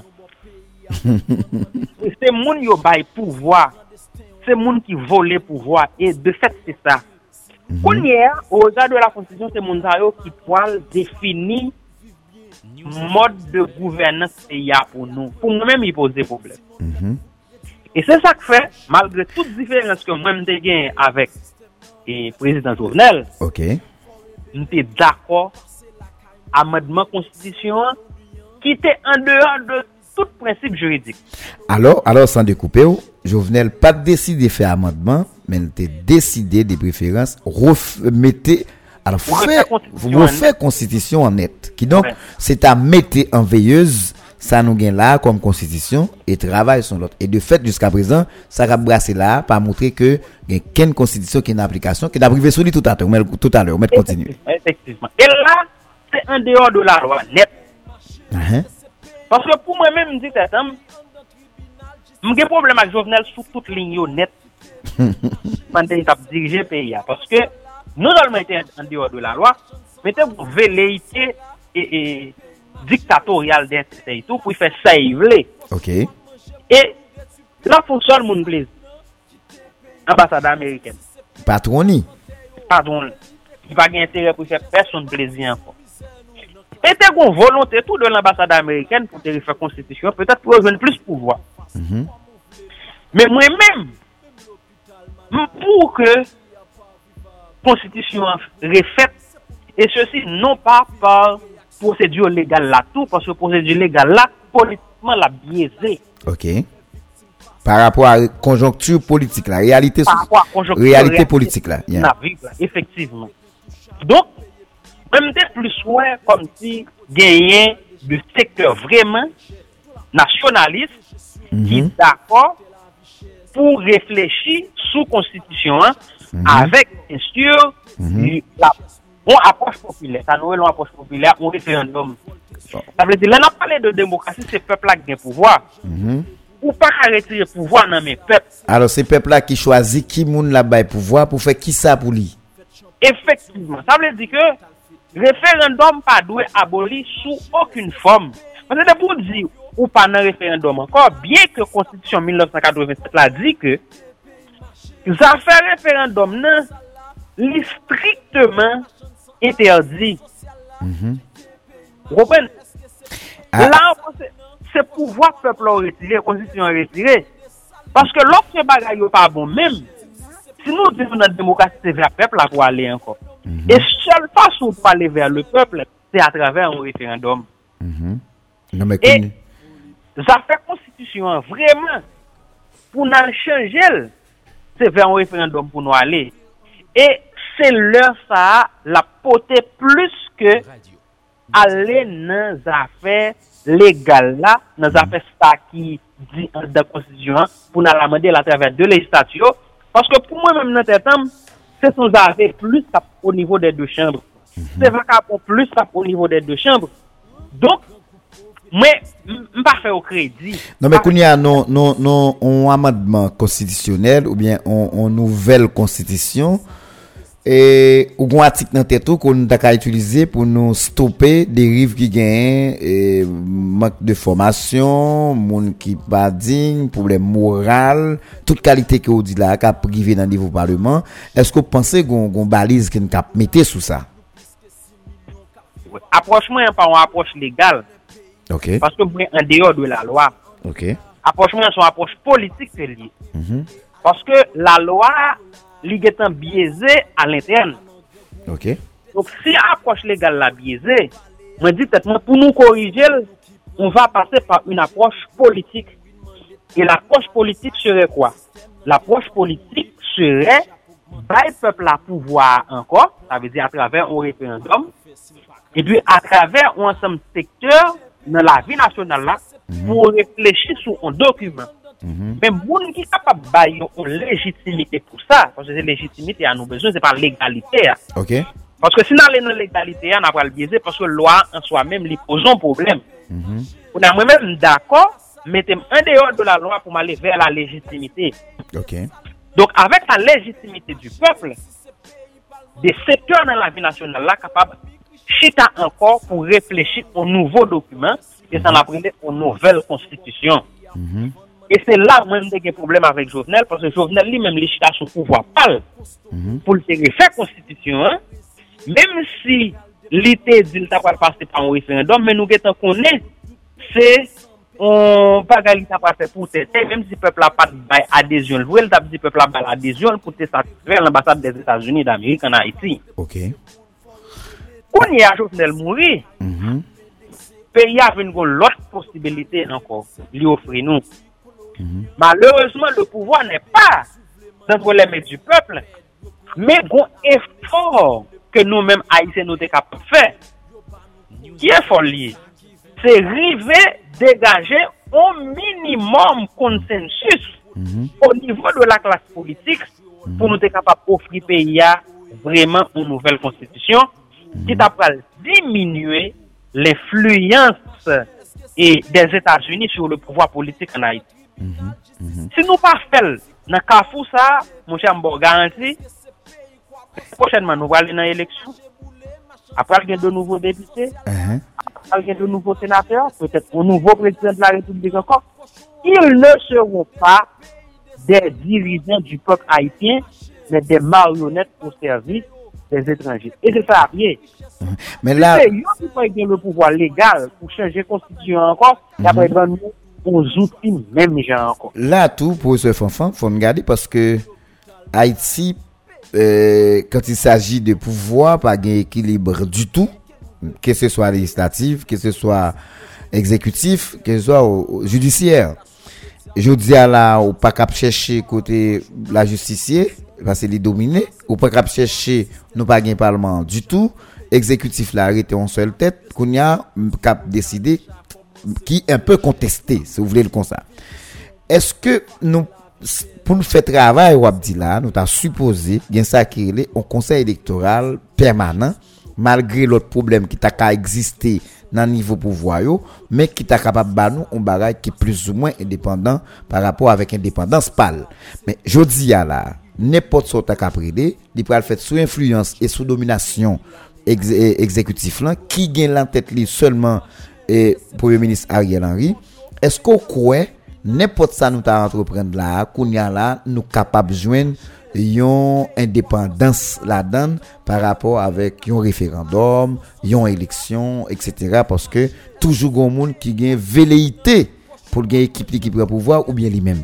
C'est moun yo bail pouvoir, c'est moun qui vole pouvoir et de fait c'est ça. Qu'on y est, au regard de la constitution, c'est moun sa yo qui poil définit mode de gouvernance pays pour nous. Pour nous-mêmes, il pose des problèmes. Mm-hmm. Et c'est ça que fait, malgré toutes les différences que moi j'ai gagné avec le président Jovenel, OK. nous sommes d'accord à amendement constitution qui était en dehors de tout principe juridique. Alors, alors sans découper, Jovenel pas décidé de faire amendement, mais il a décidé de préférence remettre alors faire refaire constitution en net. Qui donc ouais. C'est à mettre en veilleuse ça nous gagne là comme constitution et travail sur l'autre. Et de fait jusqu'à présent, ça a brassé là pour montrer que il y a qu'une constitution qui est en application qui a privé sur lui tout à l'heure, tout à l'heure, on met continue. Effectivement. Et là, c'est en dehors de la loi net. Uh-huh. Parce que pour moi-même, je dis que j'ai un problème avec Jovenel sous toute ligne net. Pendant qu'il a dirigé le pays. Parce que non seulement était en dehors de la loi, mais il une velléité et, et dictatoriale d'intérêt tout pour faire ça il voulait. OK. Et là, il faut seul mon plaisir. Ambassade américaine. Patroni. Pardon. Il n'y a pas d'intérêt pour faire personne plaisir encore. Et t'es une volonté tout de l'ambassade américaine pour te refaire la constitution, peut-être pour rejoindre plus de pouvoir. Mm-hmm. Mais moi-même, pour que la constitution refaite, et ceci non pas par procédure légale là tout, parce que procédure légale là, politiquement la biaisée. OK. Par rapport à la conjoncture politique, la réalité, par rapport à la conjoncture réalité, réalité politique là. Yeah. Vie, là. Effectivement. Donc, même des plus soin comme si gagner du secteur vraiment nationaliste mm-hmm. qui est d'accord pour réfléchir sous constitution hein, mm-hmm. avec bien sûr mm-hmm. la bon approche populaire. Ça nous est l'approche populaire au référendum. Oh. Ça veut dire là on a parlé de démocratie, c'est peuple là qui a le pouvoir. Mm-hmm. Ou pas retirer le pouvoir dans mes peuples. Alors c'est peuple là qui choisit qui moun la bail pouvoir pour faire qui ça pour lui. Effectivement, ça veut dire que référendum pas doit aboli sous aucune forme. Parce que pour dire ou pas dans référendum encore, bien que la Constitution dix-neuf cent quatre-vingt-sept l'a dit que ça fait référendum non, li strictement interdit. Mm-hmm. Vous comprenez? Ah. Là, c'est pouvoir peuple retiré, constitution retirée. Parce que l'autre bagaille n'est pas bon même. Si nous disons notre démocratie, c'est vers le peuple pour aller encore. Mm-hmm. Et seule façon pour aller vers le peuple, c'est à travers un référendum. Mm-hmm. Non, mais et ça fait constitution vraiment pour nous changer, c'est vers un référendum pour nous aller. Et c'est leur ça la portée plus que aller dans les affaires légales là, dans les affaires ça qui dit dans la constitution pour nous l'amender à travers de législature. Parce que pour moi même dans ce temps, c'est son affaire plus au niveau des deux chambres. Mm-hmm. C'est vrai qu'on plus au niveau des deux chambres. Donc mais je pas faire au crédit. Non mais qu'il y a non non non un amendement constitutionnel ou bien une nouvelle constitution et ou un article dans tête qu'on doit utiliser pour nous stopper dérives qui gagnent et manque de formation, monde qui pas digne, problème moral, toute qualité que on dit là qu'a privé dans niveau parlement. Est-ce que vous pensez qu'on qu'on balise qu'on cap mettre sous ça? Approche-moi par une approche légale. OK. Parce que vous êtes en dehors de la loi. OK. Approche-moi son approche politique c'est lié. Mm-hmm. Parce que la loi li est biaisée à l'interne. OK. Donc si approche légale la biaisée, moi dis peut-être pour nous corriger, on va passer par une approche politique. Et l'approche politique serait quoi? L'approche politique serait bailler peuple à pouvoir encore, ça veut dire à travers un référendum, et puis à travers un ensemble de secteurs dans la vie nationale là, mm-hmm. pour réfléchir sur un document. Mm-hmm. Mais moun qui est capable de bailler une légitimité pour ça, parce que c'est légitimité à nous besoin, c'est pas légalité. OK. Parce que si nous allons dans la légalité, on n'a pas le biaisé parce que la loi en soi-même lui pose un problème. Mm-hmm. On est moi-même d'accord, mettez en dehors de la loi pour m'aller vers la légitimité. OK. Donc avec la légitimité du peuple, des secteurs dans la vie nationale là capables chita encore pour réfléchir au nouveau document et ça l'apprendre aux nouvelles constitutions. Mm-hmm. Et c'est là même qu'il y a un problème avec Jovenel parce que Jovenel lui-même les chita sous pouvoir parle mm-hmm. pour le refaire constitution hein, même si l'été dit il t'a pas passer par un référendum mais nous qu'étant connaît c'est on pas gali t'a pas fait pour tester même si peuple a pas adhésion le il t'a dit peuple a pas adhésion pour te satisfaire l'ambassade des États-Unis d'Amérique en Haïti. OK. Quand il y a Jovenel mourir Mhm. pays a une l'autre possibilité encore lui offrir nous. Mhm. Malheureusement le pouvoir n'est pas dans les mains du peuple mais bon effort que nous-mêmes haïtiens nous sommes capables de faire qui est folie c'est arriver dégager au minimum consensus Mhm. au niveau de la classe politique Mhm. pour nous être capables d'offrir pays à vraiment une nouvelle constitution Mhm. qui t'a diminuer l'influence et des États-Unis sur le pouvoir politique en Haïti. Mhm. Mhm. Si nous pas fait dans Kafou ça, mon cher Mbo garanti, prochainement nous allons dans l'élection. Après il y a de nouveaux députés, Uh-huh. après il y a de nouveaux sénateurs, peut-être un nouveau président de la République encore. Ils ne seront pas des dirigeants du peuple haïtien, mais des marionnettes au service des étrangers. Et c'est ça bien. Mais là C'est eux qui prennent le pouvoir légal pour changer la constitution encore, et après prendre aux outils même genre encore. là tout pour ce fanfan faut regarder parce que Haïti euh, quand il s'agit de pouvoir pas gain équilibre du tout que ce soit législatif que ce soit exécutif que ce soit au, au judiciaire. Je dis à la ou pas cap chercher côté la justicier parce qu'il est dominé ou pas cap chercher nous pas gain parlement du tout exécutif là arrêté en seule tête qu'on y a cap décider qui est un peu contesté si vous voulez le comme ça. Est-ce que nous pour nous faire travail ou dit là nous t'a supposé bien ça qui est un conseil électoral permanent malgré l'autre problème qui t'a qu'à exister dans niveau pouvoir yo mais qui t'a capable ba nous un bagage qui est plus ou moins indépendant par rapport avec indépendance pâle. Mais jodi a là n'importe sorte t'a prédé il peut le faire sous influence et sous domination ex- exécutif là qui gagne en tête li seulement et premier ministre Ariel Henry. Est-ce qu'on croit n'importe ça nous t'a entreprendre là kounya là nous capable joindre yon indépendance là-dedans par rapport avec yon référendum, yon élection, et cetera. Parce que toujours gon monde qui gagne velléité pour gagner équipe qui prend pouvoir ou bien lui-même.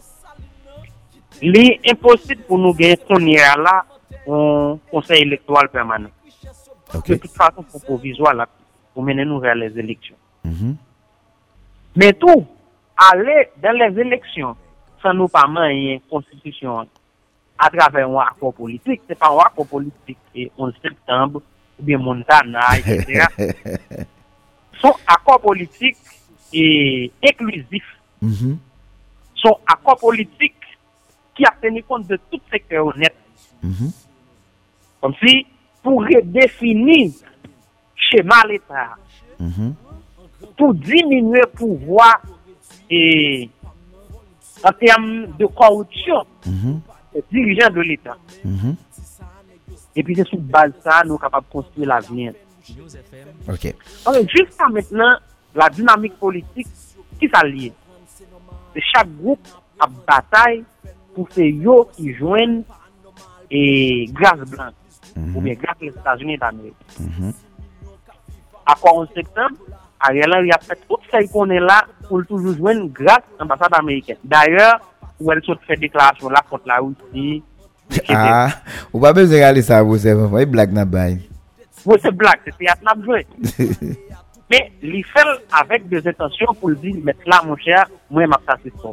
Il est impossible pour nous gagner qu'on y a là un conseil électoral permanent. OK. De toute façon, pour provisoire là, pour mener nous vers les élections. Mhm. Mais tout, aller dans les élections sans nous pas une constitution à travers un accord politique, c'est pas un accord politique et onze septembre ou bien Montana, et cetera. Son accord politique est inclusif. Mhm. Son accord politique qui a tenu compte de tout secteur honnête. Mhm. Comme si pour redéfinir schéma l'État, Mhm. pour diminuer le pouvoir et en termes de corruption Mhm. des dirigeants de l'État. Mhm. Et puis c'est sur base de ça nous sommes capables de construire l'avenir. OK. Donc jusqu'à maintenant, la dynamique politique qui s'allie, c'est chaque groupe a bataille pour ces yo qui joignent et grâce blanche Mhm. ou bien grâce les États-Unis d'Amérique. Mhm. Accord onze septembre, Ariel Henry a fait tout ce qu'on est là pour toujours joindre grâce à l'ambassade américaine. D'ailleurs, où elle fait déclaration là contre la Russie. Ah, ou pas besoin regarder ça vous c'est pas blague na bail. Vous c'est blague, c'est théâtre n'a joué. Mais il fait avec des intentions pour dire mettre là mon cher, moi m'a passé ça.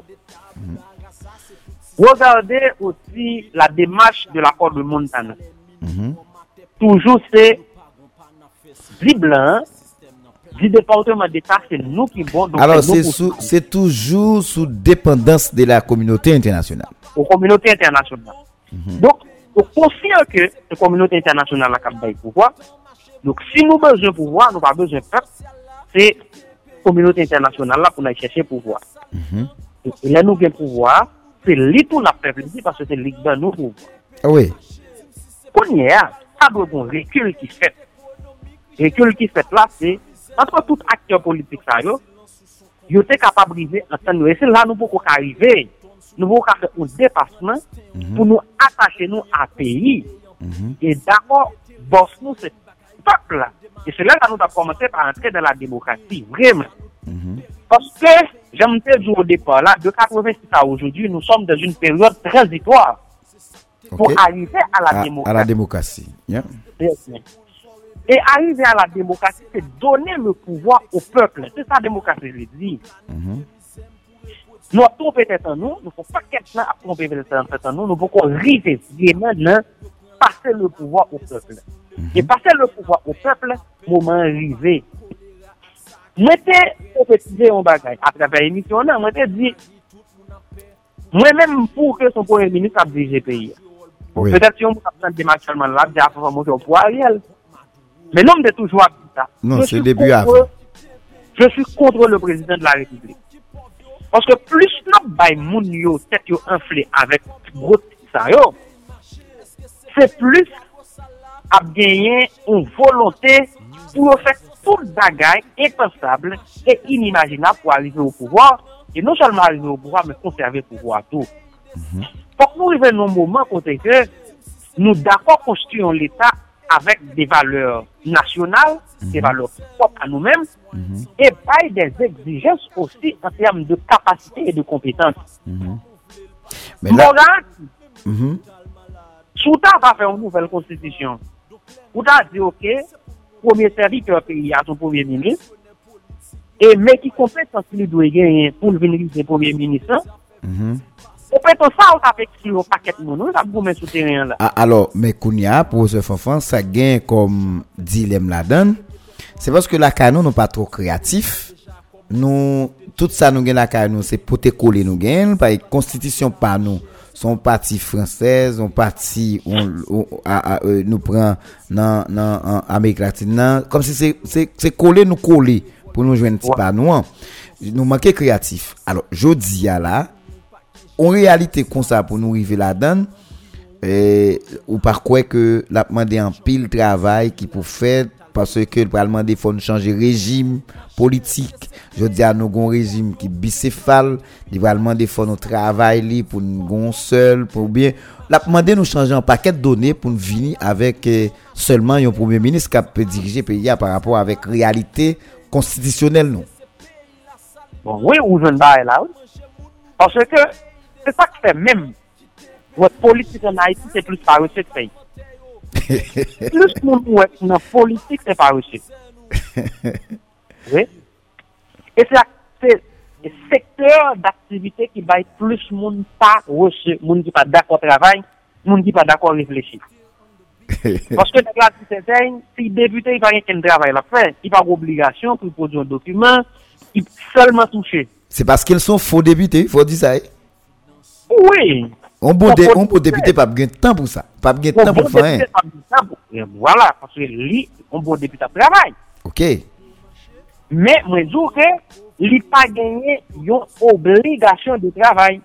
Regardez aussi la démarche de l'accord de Montana. Mhm. Toujours c'est du blanc, du département d'État, c'est nous qui bon. donc Alors nous c'est pour- sous c'est toujours sous dépendance de la communauté internationale. aux communautés internationales. Donc, nous conscient que la communauté internationale a capable de pouvoir. Donc, si nous avons besoin de pouvoir, nous n'avons pas besoin de peuple, c'est la communauté internationale là pour nous chercher pouvoir. Mhm. Et là, nous avons pouvoir, c'est lui tout n'a pas plaisir parce que c'est lui qui donne nous pouvoir. Ah oui. Qu'on y est, ça doit être un recul qui fait. Recul qui fait là, c'est entre tout acteur politique, ça, yo, yo êtes capable d'arriver en temps de. Et c'est là nous pouvons arriver. Nous pouvons faire un dépassement pour nous attacher nous à pays. Mhm. Et d'accord, boss nous, c'est peuple. Et c'est là que nous avons commencé par entrer dans la démocratie, vraiment. Mm-hmm. Parce que, j'aime te dire au départ, là, de quatre-vingt-six à aujourd'hui, nous sommes dans une période transitoire pour Okay. arriver à la À, démocratie. à la démocratie. Yeah. Et arriver à la démocratie, c'est donner le pouvoir au peuple. C'est ça la démocratie, je dis. Mm-hmm. Nous avons trompé tête en nous, nous ne pouvons pas quelqu'un à tromper tête en nous, nous pouvons arriver vraiment passer le pouvoir au peuple. Mm-hmm. Et passer le pouvoir au peuple, moment arrivé. Moi, j'ai prophétisé un bagage à travers l'émission, moi, j'ai dit, moi-même, pour que son premier ministre a dirigé le pays. Oui. Peut-être si on a des matchs seulement là, déjà, il faut monter au pouvoir Ariel. Mais l'homme de toujours à ça. Non, Je c'est suis le début contre- avant. Je suis contre le président de la République. Parce que plus nous bay moun yo tête yo enflé avec gros ça yo, c'est plus à gagner une volonté pour faire tout le bagage impensable et inimaginable pour arriver au pouvoir. Et non seulement arriver au pouvoir, mais conserver le pouvoir tout. Mm-hmm. Pour que nous arrivions à un moment côté que nous d'accord construisons l'État avec des valeurs nationales, mm-hmm. des valeurs propres à nous-mêmes, mm-hmm. et pas des exigences aussi en termes de capacité et de compétences. Mm-hmm. Mais là, mm-hmm. Souta va faire une nouvelle constitution. Souta dit ok, premier serviteur pays à son premier ministre, et mais qui compétence il doit gagner pour venir le premier ministre. Mm-hmm. Compétence ça on avec sur un paquet de monde, ça vous mettre sur terrain là. Ah, alors, mais Kounia pour ce enfant, ça gagne comme dilemme la donne. C'est parce que la canon n'est pas trop créatif. Nous tout ça nous gagne la canon, c'est pour te coller nous gagne par constitution par nous. Son parti française, on parti on, on a, a, euh, nous prend dans dans Amérique latine, comme si c'est c'est c'est coller nous coller pour nous joindre petit pas nous. Nous manquer créatif. Alors, jodi a là en réalité comme ça pour nous arriver là-dedans et ou par quoi que l'a demandé en pile travail qui pour faire parce que le parlement des faut changer régime politique. Je dis à nous un régime qui bicéphale, le parlement des faut nous travail pour nous seul pour bien l'a demandé nous changer un paquet de données pour nous venir avec euh, seulement un premier ministre qui peut diriger pays par rapport avec réalité constitutionnelle nous. Bon oui ou je ne pas là parce que c'est ça qui fait même votre politique en Haïti c'est plus par recette pays. Plus mon ouais dans politique c'est par recette. Oui. Et c'est c'est le secteur d'activité qui va être plus monde pas recette, monde qui pas d'accord travail, monde qui pas d'accord réfléchir. Parce que la citoyen, si débuté il va rien qu'un travail la faire, il pas obligation pour produire un document, il seulement toucher. C'est parce qu'ils sont faux députés, il faut dire ça. Oui. On peut dé, on peut député pas gagner temps pour ça, pas gagner temps pour faire. Voilà, parce que lui, on peut député travail. OK. Mais moi dis que lui pas gagner une obligation de travail.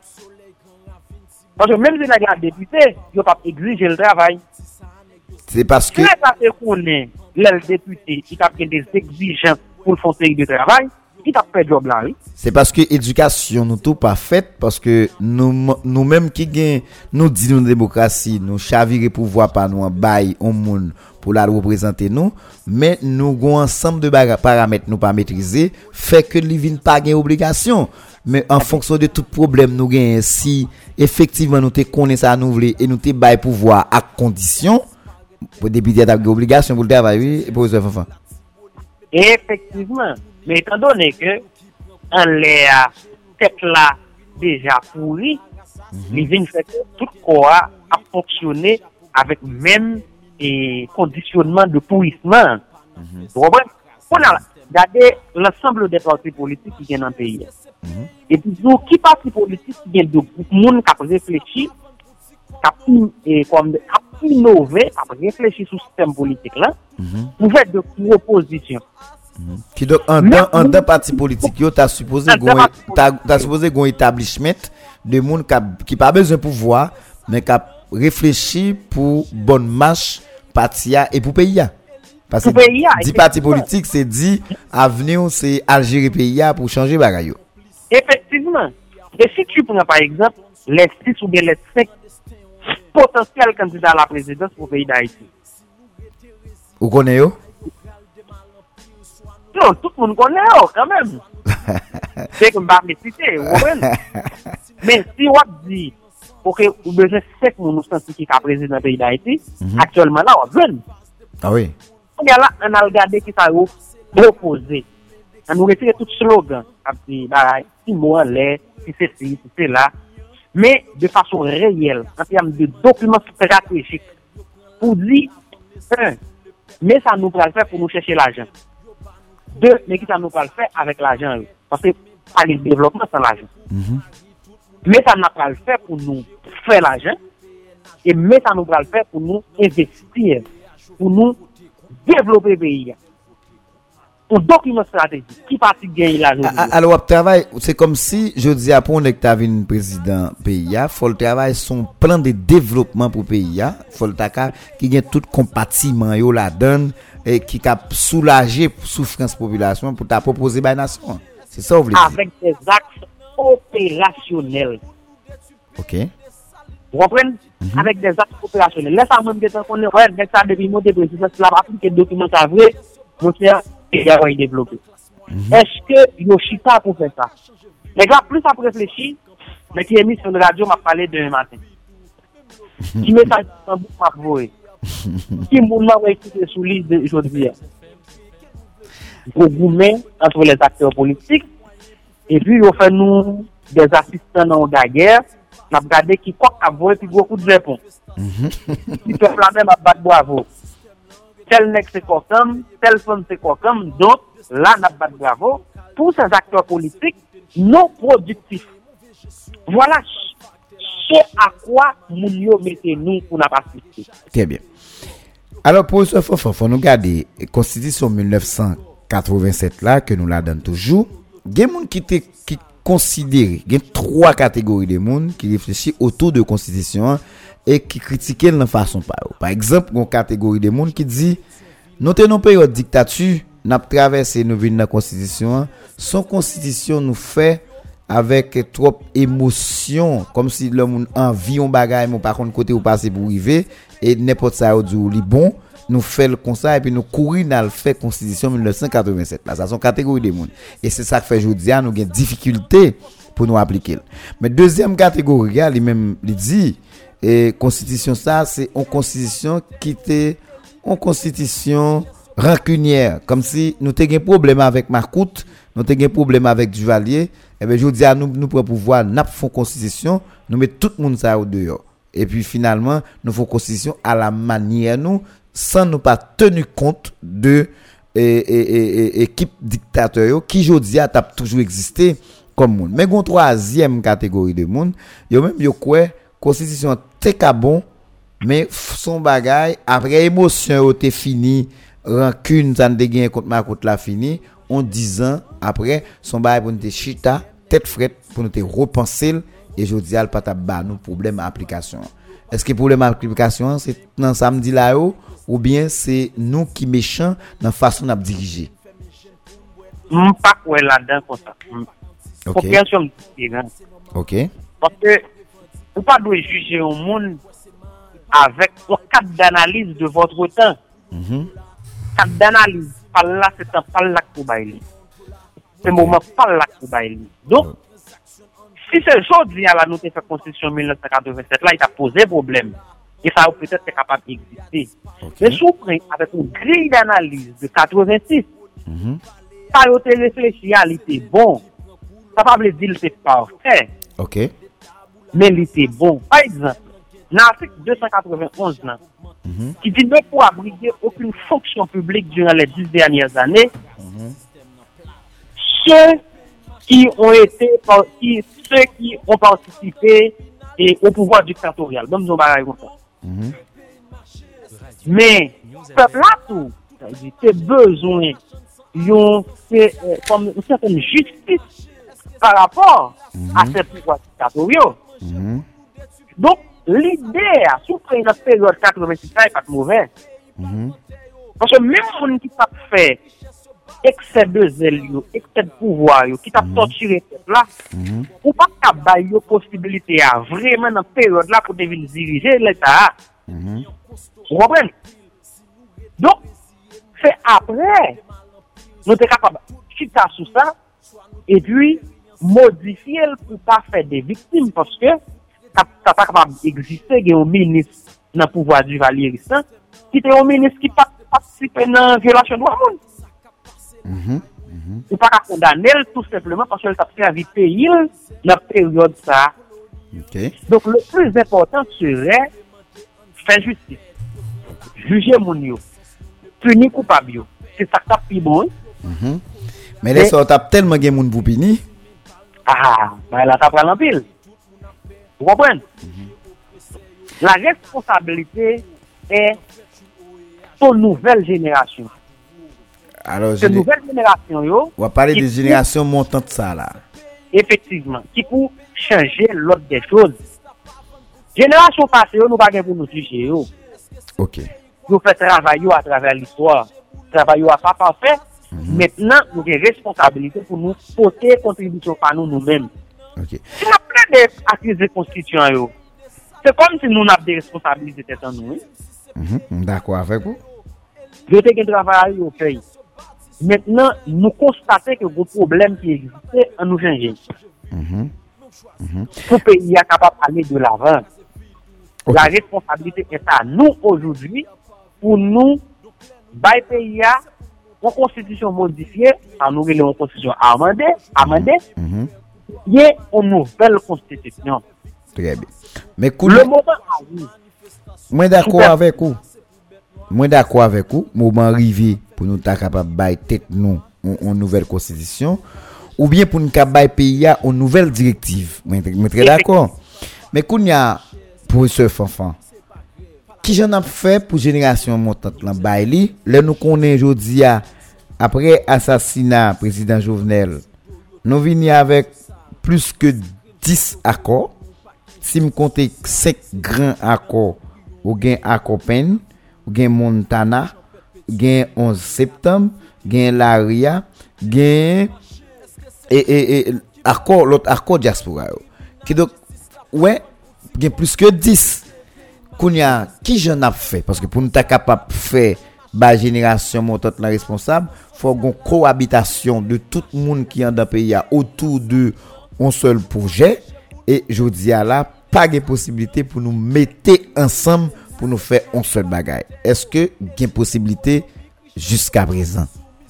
Parce que même si il a député, il pas exiger le travail. C'est parce que si ça fait connaît le député, il a des exigences pour faire série de travail. Qui t'a fait job là, oui? C'est parce que éducation nous tout pas faite parce que nous nous même qui gagne nous dit nous démocratie nous chavirer pouvoir par nous en bail on monde pour la représenter nous mais nous avons ensemble de paramètres nous pas maîtriser fait que li vinn pas gagne obligation mais en fonction de tout problème nous gagne si effectivement nous te connaît ça nous voulons et nous te bail pouvoir à condition pour débuter d'avoir obligation pour le travail et pour les enfants. Effectivement. Mais étant donné que on les a tête là déjà pourri, les vignes fait que tout corps a fonctionné avec même et conditionnement de pourrissement. Vous comprenez? On a regardé l'ensemble des partis politiques qui viennent dans le pays. Mm-hmm. Et puis nous qui parti politique qui viennent de monde qui a réfléchi, qui a comme qui innover, qui a réfléchi sur le système politique là, mm-hmm. pour faire de propositions. Mm-hmm. Qui donc en dans en dans parti politique yo t'as supposé gon t'as supposé gon établissement de monde qui qui pas besoin pouvoir mais qui réfléchi pour bonne marche partia et pour pays parce que dit parti politique c'est dit avenir c'est Algérie pays pour changer bagaille yo. Effectivement. Et si tu prends par exemple les six ou bien les cinq potentiels candidats à la présidence pour le pays d'Haïti. Vous connaissez yo? Non, tout le monde connaît quand même. C'est que je ne vais pas me citer, vous comprenez? Mais si on dit, pour que vous besoin de cinq personnes qui sont président du pays d'Haïti, mm-hmm. actuellement là, on veut. Ah oui. On a là, on a regardé qui ça a proposé. On nous retire tout slogan. Si moi, l'air, si c'est ci, si c'est là. Mais de façon réelle, en termes de documents stratégiques, pour dire, un, mais ça nous va le faire pour nous chercher l'argent. Deux, mais qui ça nous va le faire avec l'argent. Parce que pas le développement sans l'argent. Mm-hmm. Mais ça n'a pas le faire pour nous faire l'argent. Et mais ça nous va le faire pour nous investir, pour nous développer le pays. Un document stratégique qui partit gagner l'argent. Alors, travail, c'est comme si je dis à pour que tu as un président pays, il faut le travail son plan de développement pour le pays, il faut le travail qui gagne tout compartiment yo la donne et qui cap soulager souffrance population pour ta proposer à la nation. C'est ça vous voulez dire. Avec des actes opérationnels. OK. Vous comprenez? Mm-hmm. Avec des actes opérationnels. Laisse à même que qu'on est ouais, avec ça depuis monter président, c'est la partie que document ça vrai, mon cher et va y développer. Mm-hmm. Est-ce que Yoshita pour faire ça? Les gars, plus à réfléchir, mais qui émission de radio m'a parlé demain matin. Qui met ça en boucle m'a voué. Qui m'a écouté sous l'île d'aujourd'hui. Pour goumer entre les acteurs politiques, et puis on fait nous des assistants dans la guerre, on a regardé qui quoi a voué puis beaucoup de réponses. Qui peut la même à battre bravo. Tel nec c'est quoi comme, tel femme c'est quoi comme, donc là on a battu bravo pour ces acteurs politiques non productifs. Voilà ce à quoi nous mettons-nous pour la participer. Très bien. Alors pour ce faut faut nous garder constitution dix-neuf cent quatre-vingt-sept là que nous la donne toujours. Il y a des gens qui qui considèrent, il y a trois catégories de monde qui réfléchissent autour de constitution et qui critiquent de façon par. Par exemple, une catégorie de monde qui dit nous tenons période dictature, n'a traversé nous venir dans constitution, son constitution nous fait avec trop émotion comme si le monde envie on bagaille mais par contre côté ou passer pour arriver et n'importe ça ou dit bon nous fait le constat et puis nous courir dans le fait constitution dix-neuf cent quatre-vingt-sept là ça sont catégorie de monde et c'est ça que fait aujourd'hui nous avons difficulté pour nous appliquer. Mais deuxième catégorie là lui même il dit et constitution ça c'est une constitution qui était une constitution rancunière comme si nous t'ai un problème avec Marcoute, nous t'ai un problème avec Duvalier et ben je dis à nous nous pour pouvoir n'a font constitution, nous met tout le monde ça au dehors. Et puis finalement, nous font constitution à la manière nous sans nous pas tenir compte de et, et, et, équipe dictateur qui jodi a t'a toujours existé comme monde. Mais gon troisième catégorie de monde, yo même yo quoi constitution t'es ka bon mais son bagage après émotion était fini, rancune ça ne gagné contre ma contre la fini, on dix ans après son bagage pour nous chita tête frette pour nous repenser et jodi a pas ta ba nous problème application. Est-ce que problème application c'est dans samedi là ou bien c'est nous qui méchants dans façon de diriger? M pas quoi là-dedans comme ça. OK. Compréhension différente. OK. Parce que vous pas doit juger un monde avec un cadre d'analyse de votre temps. Mhm. Cadre d'analyse par là c'est un par là pour bailler. C'est moment par là pour bailler. Donc si c'est aujourd'hui à la note fait constitution dix-neuf cent quatre-vingt-sept là il a posé problème. Et ça peut-être est capable d'exister. Okay. Mais sous avec une grille d'analyse de quatre-vingt-six, mm-hmm. ça a été réfléchi à l'été bon. Ça ne veut pas dire que c'est parfait. OK. Mais l'été bon. Par exemple, dans l'article deux cent quatre-vingt-onze, là, mm-hmm. qui dit ne pour abriter aucune fonction publique durant les dix dernières années, mm-hmm. ceux qui ont été, qui, ceux qui ont participé et au pouvoir dictatorial. Donc, nous avons ça. Mm-hmm. Mais, peuple là tout, c'est besoin d'une comme une certaine justice par rapport mm-hmm. à ces pouvoirs dictatoriaux. Mm-hmm. Donc, l'idée à souffrir une période quatre-vingt-six n'est pas mauvaise. Mm-hmm. Parce que même on qui t'a fait excès de zèle, excès de pouvoir, qui t'a mm-hmm. torturé là, mm-hmm. ou pas qu'à bailler possibilité à vraiment dans cette période là pour devenir diriger l'État. Mm-hmm. Vous comprenez? Donc, c'est après nous sommes capables de quitter sous ça et puis modifier pour pas faire des victimes parce que ça pas capable d'exister il y a un ministre dans le pouvoir du Valieristan qui est un ministre qui participe dans la violation de droits humains. Ou pas condamner tout simplement parce qu'elle a servi pays dans la période ça. Okay. Donc le plus important serait faire justice. Juger mon yo. Punir coupable yo. C'est ça qui est plus bon. Mm-hmm. Mais les sortes tellement de monde pour punir. Ah, ben là, ça prend en pile. Vous comprenez? Mm-hmm. La responsabilité est pour nouvelle génération. Alors, cette nouvelle génération, yo, on va parler de génération montante ça là. Effectivement, qui pour changer l'ordre des choses. Génération passée, nous pas pour nous juger. OK. Nous fait travail à travers l'histoire. Travail à pas parfait. Mm-hmm. Maintenant, nous avons une responsabilité pour nous porter contribution par nous nous-mêmes. OK. Si nous avons des acquis constituants, c'est comme si nous avons des responsabilités en nous. Mm-hmm. D'accord avec vous. Nous avons un travail au pays. Maintenant, nous constatons que vos problèmes qui existaient en nous changer. Mm-hmm. Mm-hmm. Pour le pays est capable d'aller de l'avant. Okay. La responsabilité est à nous aujourd'hui pour nous, bailler pays une constitution modifiée, à nous une constitution amendée, amendée, mm-hmm. il y a une nouvelle constitution. Très bien. Mais le moment arrive. Moi d'accord avec vous. Moi d'accord avec vous. Moment arrivé pour nous être capable de bailler tête nous une nouvelle constitution ou bien pour nous capable pays une nouvelle directive. Moi très d'accord. Mais qu'on y a pour ce enfant. Qui j'en a fait pour génération montante là baili, là nous connaît aujourd'hui après assassinat président Jovenel. Nous venons avec plus que dix accords. Si me compter cinq grands accords, ou gain accord Pen, ou gain Montana, gain onze septembre, gain Laria, gain et et et accord l'autre accord diaspora. Qui donc ouais, gain plus que dix. Kounya qui j'en a fait parce que pour nous être capable de faire ba génération montante la responsable, faut une cohabitation de tout le monde qui est dans le pays autour de un seul projet et je dis à là pas de possibilité pour nous mettre ensemble pour nous faire un seul bagage. Est-ce que il y a une possibilité jusqu'à présent?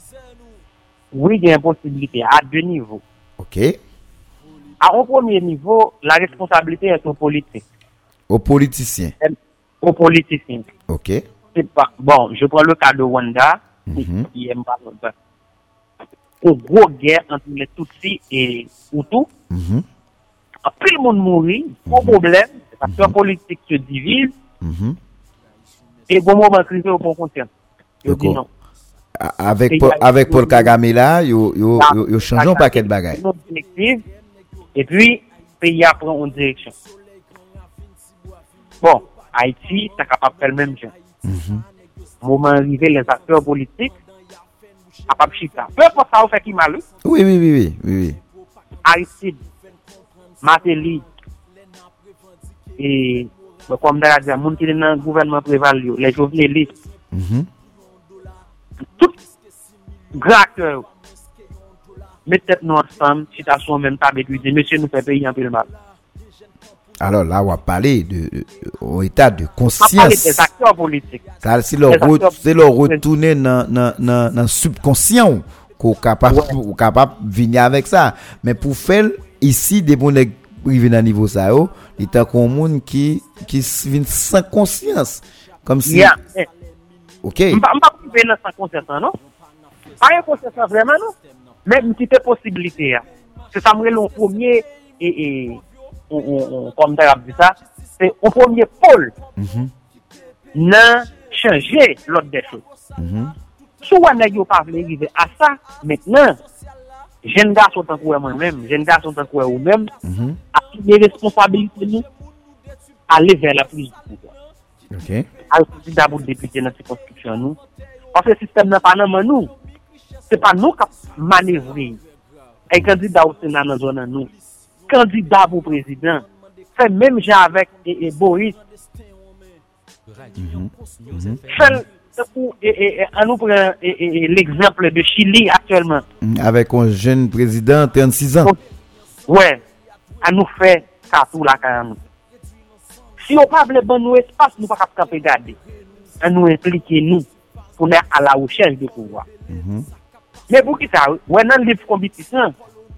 Oui, il y a une possibilité à deux niveaux. OK. À un premier niveau, la responsabilité est aux politiques. Aux politiciens. Aux politiciens. OK. C'est pas bon, je prends le cas de Rwanda, mm-hmm. qui aime pas longtemps. Une grosse guerre entre les Tutsis et Hutus. Mm-hmm. Après le monde mourit, pas de problème, parce que la politique se divise. Mm-hmm. Et bon moment criser au bon conscience. Je dis non. Avec Paul, avec Paul Kagame là, yo yo yo, yo change un paquet de bagages. Et puis pays prend une direction. Bon, Haïti, c'est capable de faire le même chose. Mm-hmm. Moment arrivé, les acteurs politiques, capable de chita. Peu importe ça, on fait qui mal. Oui, oui, oui, oui, oui. Aristide, Matéli, et comme d'ailleurs, les gens qui sont dans le gouvernement prévalu, les journalistes, mm-hmm. tout grand acteur, mettez nous ensemble, situation même table et puis dire, monsieur, nous fait payer un peu le mal. Alors là, on va parler de, de, au état de conscience. On va parler des acteurs politiques. Ça, c'est leur, re, c'est leur retourner dans, dans, dans, dans le subconscient qu'on est capable, ouais. capable de venir avec ça. Mais pour faire ici, des bons arriver dans le niveau ça, il y a un monde qui, qui vient sans conscience. Comme si. Yeah. OK. Je ne vais pas venir sans conscience, non? Pas une conscience vraiment, non? Mais une petite possibilité. C'est ça, moi, le premier, et, et, On, on, on, comme tu as dit ça, c'est au premier pôle mm-hmm. n'a changé l'ordre des choses. Mm-hmm. Si on n'a pas arrivé à ça, maintenant, jeunes gars sont en cours moi-même, jeunes gars sont en cours vous-même, mm-hmm. à toutes les responsabilités, nous, aller vers la prise du pouvoir. OK. Alors, si d'abord député dans cette constitution, nous, parce que le système n'est pas dans nous, c'est pas nous qui manœuvrer. Et candidat au Sénat dans la zone, nous. Candidat pour président, fait même genre avec et, et Boris, Mhm. Mhm. Seul, ou, et, et, on nous prend et, et, l'exemple de Chili actuellement. Avec un jeune président, trente-six ans. Ouais, à nous fait ça tout la carrière. Si on pas bon nous espace, nous pas capable de garder. À nous impliquer nous pour être à la recherche du pouvoir. Mhm. Mais pour qui ça, ouais, dans le livre compétition,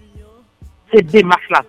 c'est démarche là.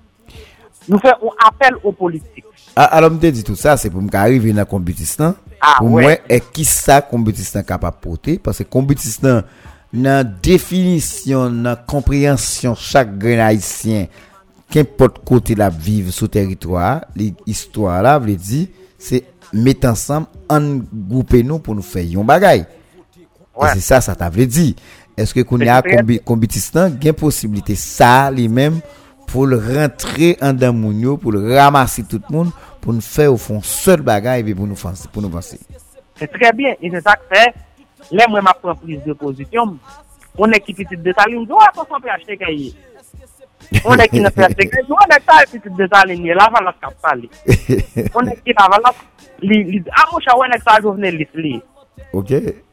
Nous faisons un appel aux politiques. Ah, alors, je dis tout ça, c'est pour m'arriver dans la compétition. Ah, pour ouais. moi, et qui ça compétition capable de porter? Parce que compétition, dans définition, dans compréhension, chaque grain haïtien, qu'importe côté la vivre sur territoire, l'histoire là, veut dire, c'est mettre ensemble, en grouper nous pour nous faire un bagay. Ouais. Et c'est ça, ça t'a veut dire. Est-ce que qu'on y a compétition, il y a possibilité ça, lui-même, pour le rentrer en damounio, pour le ramasser tout le monde, pour nous faire au fond seul bagage et pour nous penser, pour nous penser. C'est très bien, et c'est ça que fait. Là, moi, ma prendre prise de position. On est qui petite de saline, on doit pas s'en acheter cahier. On est qui ne fait acheter cahier, on est pas petite de saline, là, va la cap parler. On est qui va la, li, ah, mon chat, on est ça, journée liste. Ok.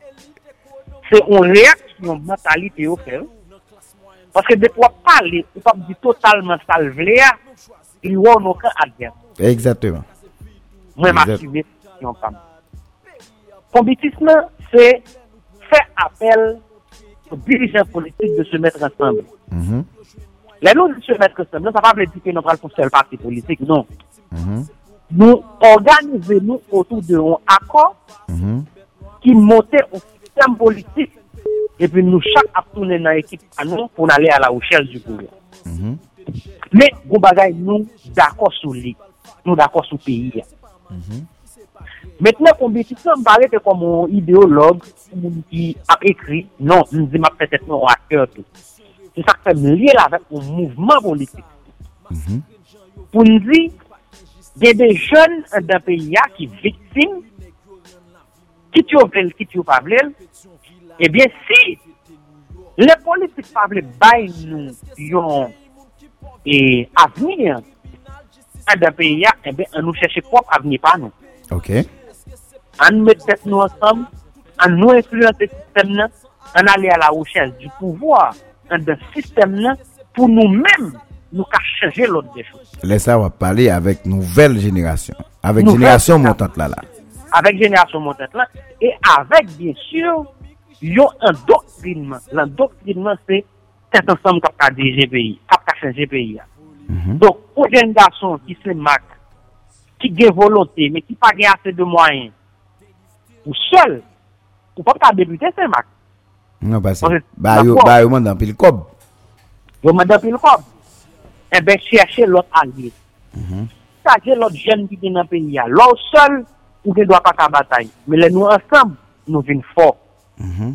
C'est une réaction mentalité au fait. Parce que de quoi parler, ou pas dire totalement salvé, il y a aucun adverse. Exactement. Moi, ma suivi, si on parle. Compétition, c'est faire appel aux dirigeants politiques de se mettre ensemble. Mm-hmm. Les nous de se mettre ensemble, ça ne veut pas dire que nous prenons un seul parti politique, non. Mm-hmm. Nous organisons-nous autour d'un accord mm-hmm. qui monte au système politique. Et puis nous, chaque à tourner dans l'équipe à nous pour aller à la recherche du pouvoir. Mm-hmm. Mais, bon bagay, nous d'accord sur lui. Nous d'accord sur le pays. Mm-hmm. Maintenant, compétition me paraît comme un idéologue qui a écrit, non, je me dis peut-être non, à cœur tout. C'est ça qui fait me lier avec un mouvement politique. Mm-hmm. Pour nous dire, il y a des jeunes d'un pays qui sont victimes, qui tuent, qui tuent pas. Eh bien, si les politiques parlent bail nous yon et avenir dans pays, eh bien, on nous cherche propre avenir par nous. OK. On met tête nous ensemble, on nous influence le système, on aller à la recherche du pouvoir dans le système pour nous-mêmes nous changer l'autre des choses. Laissez moi parler avec nouvelle génération, avec nouvelle génération montante là là. Avec génération montante là et avec bien sûr yo endoctrinement. L'endoctrinement, c'est cet ensemble qui a dirigé le pays, qui a changé le pays. Mm-hmm. Donc, pour les jeunes garçons qui se marquent, qui ont volonté, mais qui n'ont pas assez de moyens, ou seul, ou pas débuter, c'est marque. Non, parce que, bah, yo, bah, yo, mandant pile cob. Yo, mandant pile cob. Eh bien, chercher l'autre allié. Chercher l'autre jeune qui est dans le pays. L'autre seul, ou ne doit pas faire bataille. Mais les nous ensemble, nous venons forts. Mm-hmm.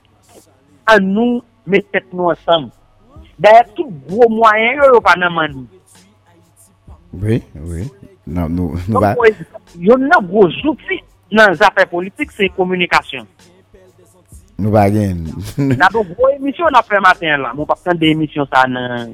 À nous mettre nous ensemble. D'ailleurs, tout gros moyen, il n'y a pas de mani. Oui, oui. Non, nous, nous va. Il y a un gros outil dans les affaires politiques, c'est communication. Nous va gagner. Nous avons une grosse émission on a fait matin là. Nous pas prendre des émissions ça dans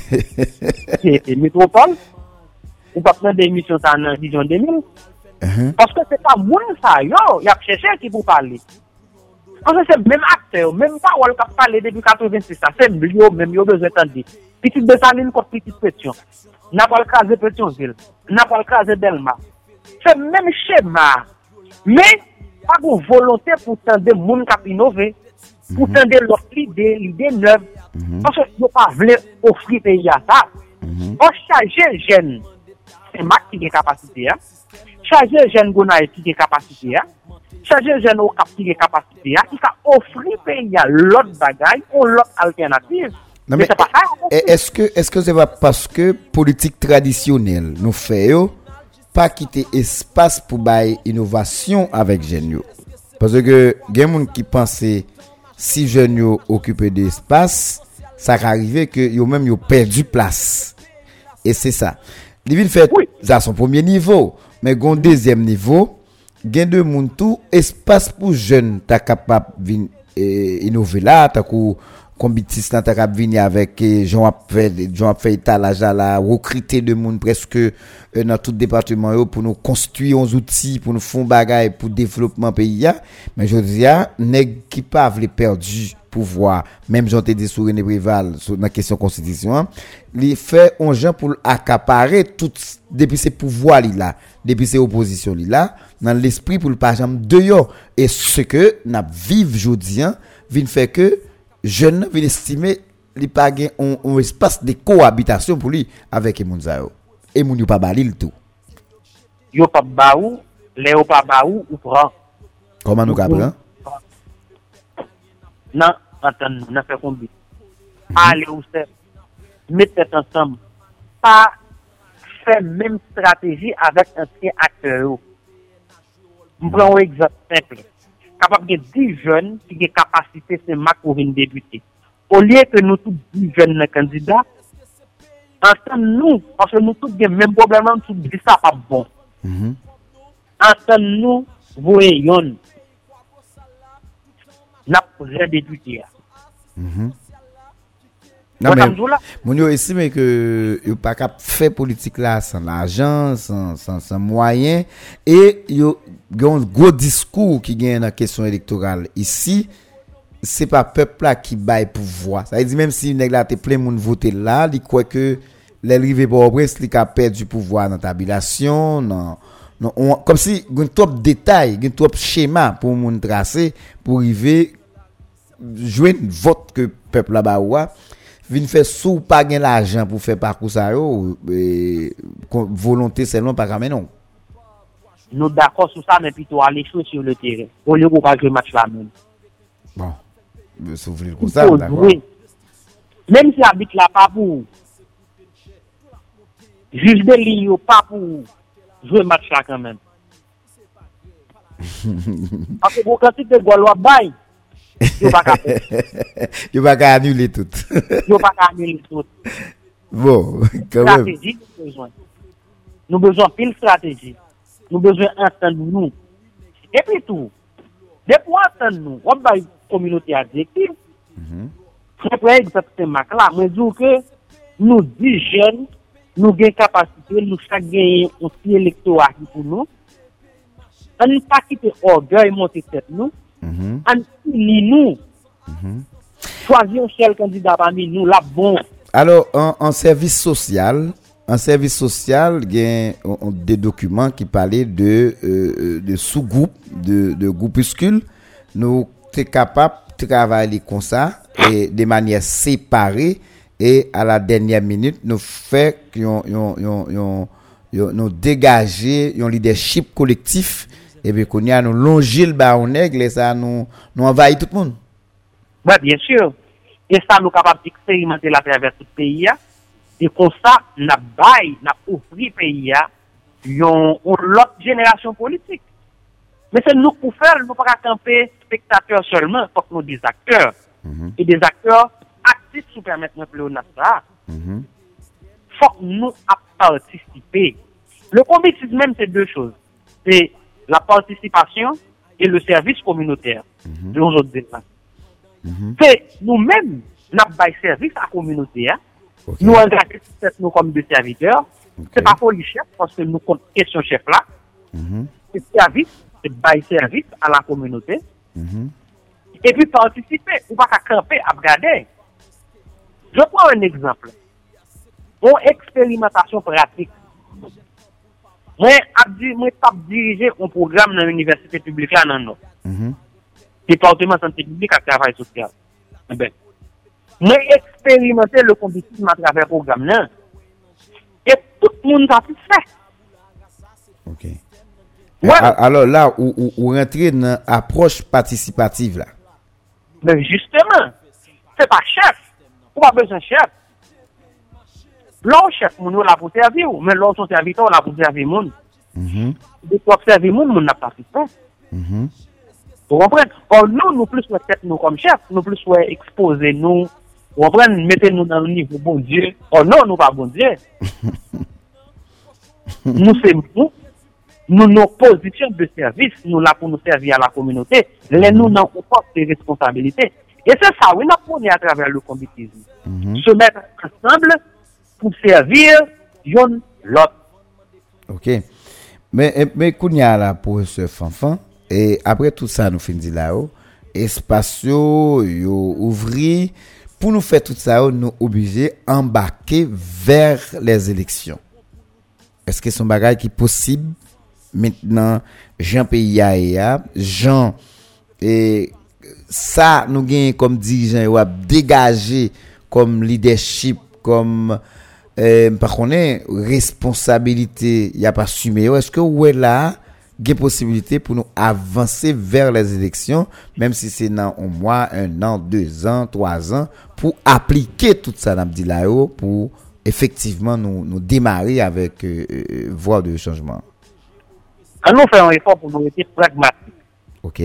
métropole. Ou pas prendre des émissions ça dans Vision deux mille. Uh-huh. Parce que c'est pas moi ça, yo, il y a cherché qui pour parler. Parce que c'est même acteur, même pas ou qui parler depuis quatre-vingt-six, ça c'est bio, même yo besoin d'entendre. Petite de Saline contre petite Pétion. N'a pas le craser Pétionville, n'a pas le craser Delma. C'est le même schéma. Mais pas de volonté pour tendre monde qui innover, pour mm-hmm. tendre l'autre idée, l'idée neuve. Mm-hmm. Parce que yo pas voulu offrir pays à ça. Mm-hmm. On charge jeune. C'est Mac qui a capacité hein. Charger jeune Gonaï qui a capacité hein. Charger jeune au cap qui a capacité hein. Il a offrir pays à l'autre bagaille ou l'autre alternative. Non, mais, mais c'est pas ça. Est-ce que est-ce que c'est pas parce que politique traditionnelle nous fait yo pas quitter espace pour bailler innovation avec jeunes yo? Parce que gen moun qui pensait si jeunes yo occuper de espace, ça arrive que yo même yo perdu place. Et c'est ça. Il fait oui. Ça son premier niveau, mais gon deuxième niveau, gen de moun tout espace pour jeunes ta capable vinn eh, innover là, ta kou combitis nan ta k'ap vini avec Jean a fait Jean a fait étalage là recruter de monde presque euh, dans tout département yo pour nous construire uns outils pour nous font bagaille pour développement pays ya mais je dis a nèg qui pas vle perdu pouvoir même j'en te dit sur René Préval sur la question constitution il fait on gens pour accaparer tout depuis ces pouvoirs là depuis ces oppositions là dans l'esprit pour le pas jamais de yo et ce que n'a vivre jodi an vinn fait que jeune vinn estimer li pa gen un, un espace de cohabitation pour lui avec moun sa yo et moun yo pa balil tout yo pa ba ou les yo pa ba ou ou prend comment nous capran non attends n'a fait combien allez ou c'est mettre ensemble pas faire même stratégie avec ancien acteur. Je prends un exemple simple. Capable de dix jeunes qui ont capacité de marquer pour venir débuter. Au lieu que nous tous dix jeunes candidats, entendons nous, parce que nous tous avons le même problème, nous tous disons ça pas bon. mm-hmm. Entendons nous, voyons, nous avons débuté. Mm-hmm. Non mais mon yo estime que yo pas cap faire politique là sans l'argent, sans sans sans moyen et yo gon gros discours qui gagne dans question électorale. Ici, c'est pas peuple là qui baille pouvoir. Ça veut dire même si nèg là te plein monde voter là, il croit que les rivé Port-au-Prince li ka perdre du pouvoir dans tabulation, non non on, comme si gon trop détail, gon trop schéma pour moun tracer pour arriver jouer vote que peuple là ba ouah vinn faire sous pas gain l'argent pour faire parcours ça yo volonté seulement pas quand non nous d'accord sur ça mais plutôt aller jouer sur le terrain au lieu qu'on va jouer match là même bon je s'ouvrir comme ça d'accord même si habite là pas pour juge de ligne pas pour jouer match là quand même parce que quand tu te goal bail yo pas yo pas annuler tout yo pas annuler tout bon quand même stratégie nous besoin nous besoin pile stratégie nous besoin entendre nous et puis tout depuis entendre nous on va communauté adjective mhm après exactement là moi dis que nous dix jeunes nous gain capacité nous chaque gagner un petit électorat pour nous on ne pas quitter orgueil monter tête nous mhm en nous mhm choisir un seul candidat parmi nous là bon. Alors en, en service social en service social il y a des documents qui parlaient de euh, de sous-groupes de de groupuscules nous t'es capable de travailler comme ça et de manière séparée et à la dernière minute nous fait qu'on on on nous dégager un leadership collectif et bien qu'on y a nous longer le bas on aigle ça nous nous envahit tout le monde. Ouais, bien sûr. Et ça nous capable d'expérimenter la travers tout le pays et comme ça n'a bail n'a offrir pays yon l'autre génération politique. Mais c'est nous pour faire nous pas camper spectateurs seulement, faut que nous des acteurs mm-hmm. et des acteurs actifs pour permettre notre pléonastra. Mm-hmm. Faut que nous à participer. Le communisme même c'est deux choses. C'est la participation et le service communautaire. Mm-hmm. Nous autres déplacés. Mm-hmm. C'est nous-mêmes n'a pas service à la communauté. Hein? Okay. Nous engager nous comme des serviteurs. Okay. C'est pas pour les chefs parce que nous compte question chef là. Mm-hmm. C'est service, c'est bail service à la communauté. Mm-hmm. Et puis participer ou pas camper à regarder. Je prends un exemple. Une expérimentation pratique. Moi, je moi pas diriger un programme dans l'université publique là non non. Mm-hmm. Département santé publique et travail social. Eh ben, moi expérimenter le communisme à travers le programme là. Et tout le monde a fait. OK. Ouais. Alors là où où, où rentrer dans approche participative là. Mais justement, c'est pas chef. On pas besoin de chef. L'autre chef, on là pour servir, mais l'autre serviteur là pour servir monde. Mhm. De pour servir monde, on n'a pas fait. Mhm. Vous comprenez? Or nous nous plus peut-être nous comme chef, nous plus ouais exposer nous, vous comprenez, mettez nous dans le niveau bon Dieu. Oh non, nous pas bon Dieu. Nous c'est nous nous nos positions de service, nous là pour nous servir à la communauté, les nous dans poste de responsabilité Et c'est ça, oui, nous prenons à travers le combitisme. Mm-hmm. Se mettre ensemble pour servir l'un l'autre. OK. Mais, mais, Kounia là, pour ce fanfan, et après tout ça, nous finissons là-haut, espace yo ouvri, pour nous faire tout ça, nous obligés d'embarquer vers les élections. Est-ce que c'est un bagage qui est possible maintenant, Jean Pays a, Jean, et ça, nous gagnons comme dirigeant, ou à dégager comme leadership, comme, euh, par contre, responsabilité, il n'y a pas assumé. Est-ce que, ouais, là, il y a possibilité pour nous avancer vers les élections, même si c'est dans un mois, un an, deux ans, trois ans, pour appliquer tout ça, dans dit là, pour effectivement nous, nous démarrer avec euh, euh, voie de changement. Quand nous faisons un effort pour nous être pragmatiques. OK.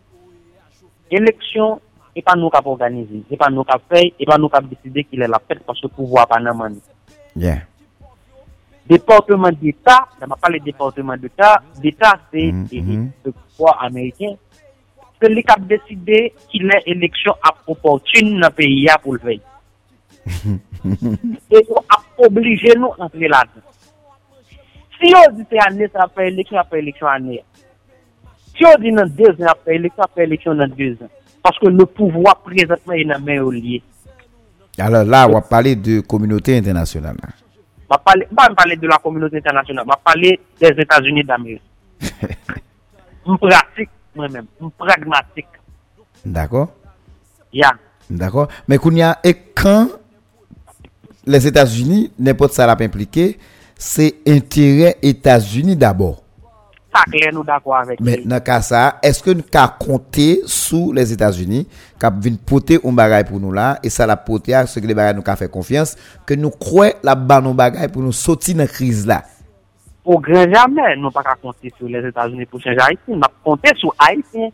Élection, et pas nous qui organiser, et pas nous qui faire, et pas nous qui décider qu'il est la fête parce que le pouvoir pas dans le Yeah. Département d'État, je ne parle pas de département d'État, d'État c'est mm-hmm. le pouvoir américain. C'est lui qui a décidé qu'il y ait élection opportune dans le pays pour le faire. Et on a obligé nous d'entrer là-dedans. Si on dit c'est année, ça fait élection après élection année. Si on dit dans deux ans après élection après élection dans deux ans. Parce que le pouvoir présentement est dans la main au lieu. Alors là, on va parler de communauté internationale. Je ne vais pas parler de la communauté internationale, je vais parler des États-Unis d'Amérique. Je pratique moi-même, je pragmatique. D'accord. Yeah. D'accord. Mais Kounia, et quand les États-Unis, n'importe ça l'a impliqué, c'est intérêt États-Unis d'abord. Ça clair, nous d'accord avec. Mais dans cas ça, est-ce que nous avons compté sous les États-Unis, qui viennent porter un bagage pour nous là, et ça l'a porté à ce que les bagages nous ont fait confiance, que nous croyons la bas nos bagages pour nous sortir de la crise là. Au grand jamais, nous pas compter sur les États-Unis pour changer Haïti, nous compter sur Haïti.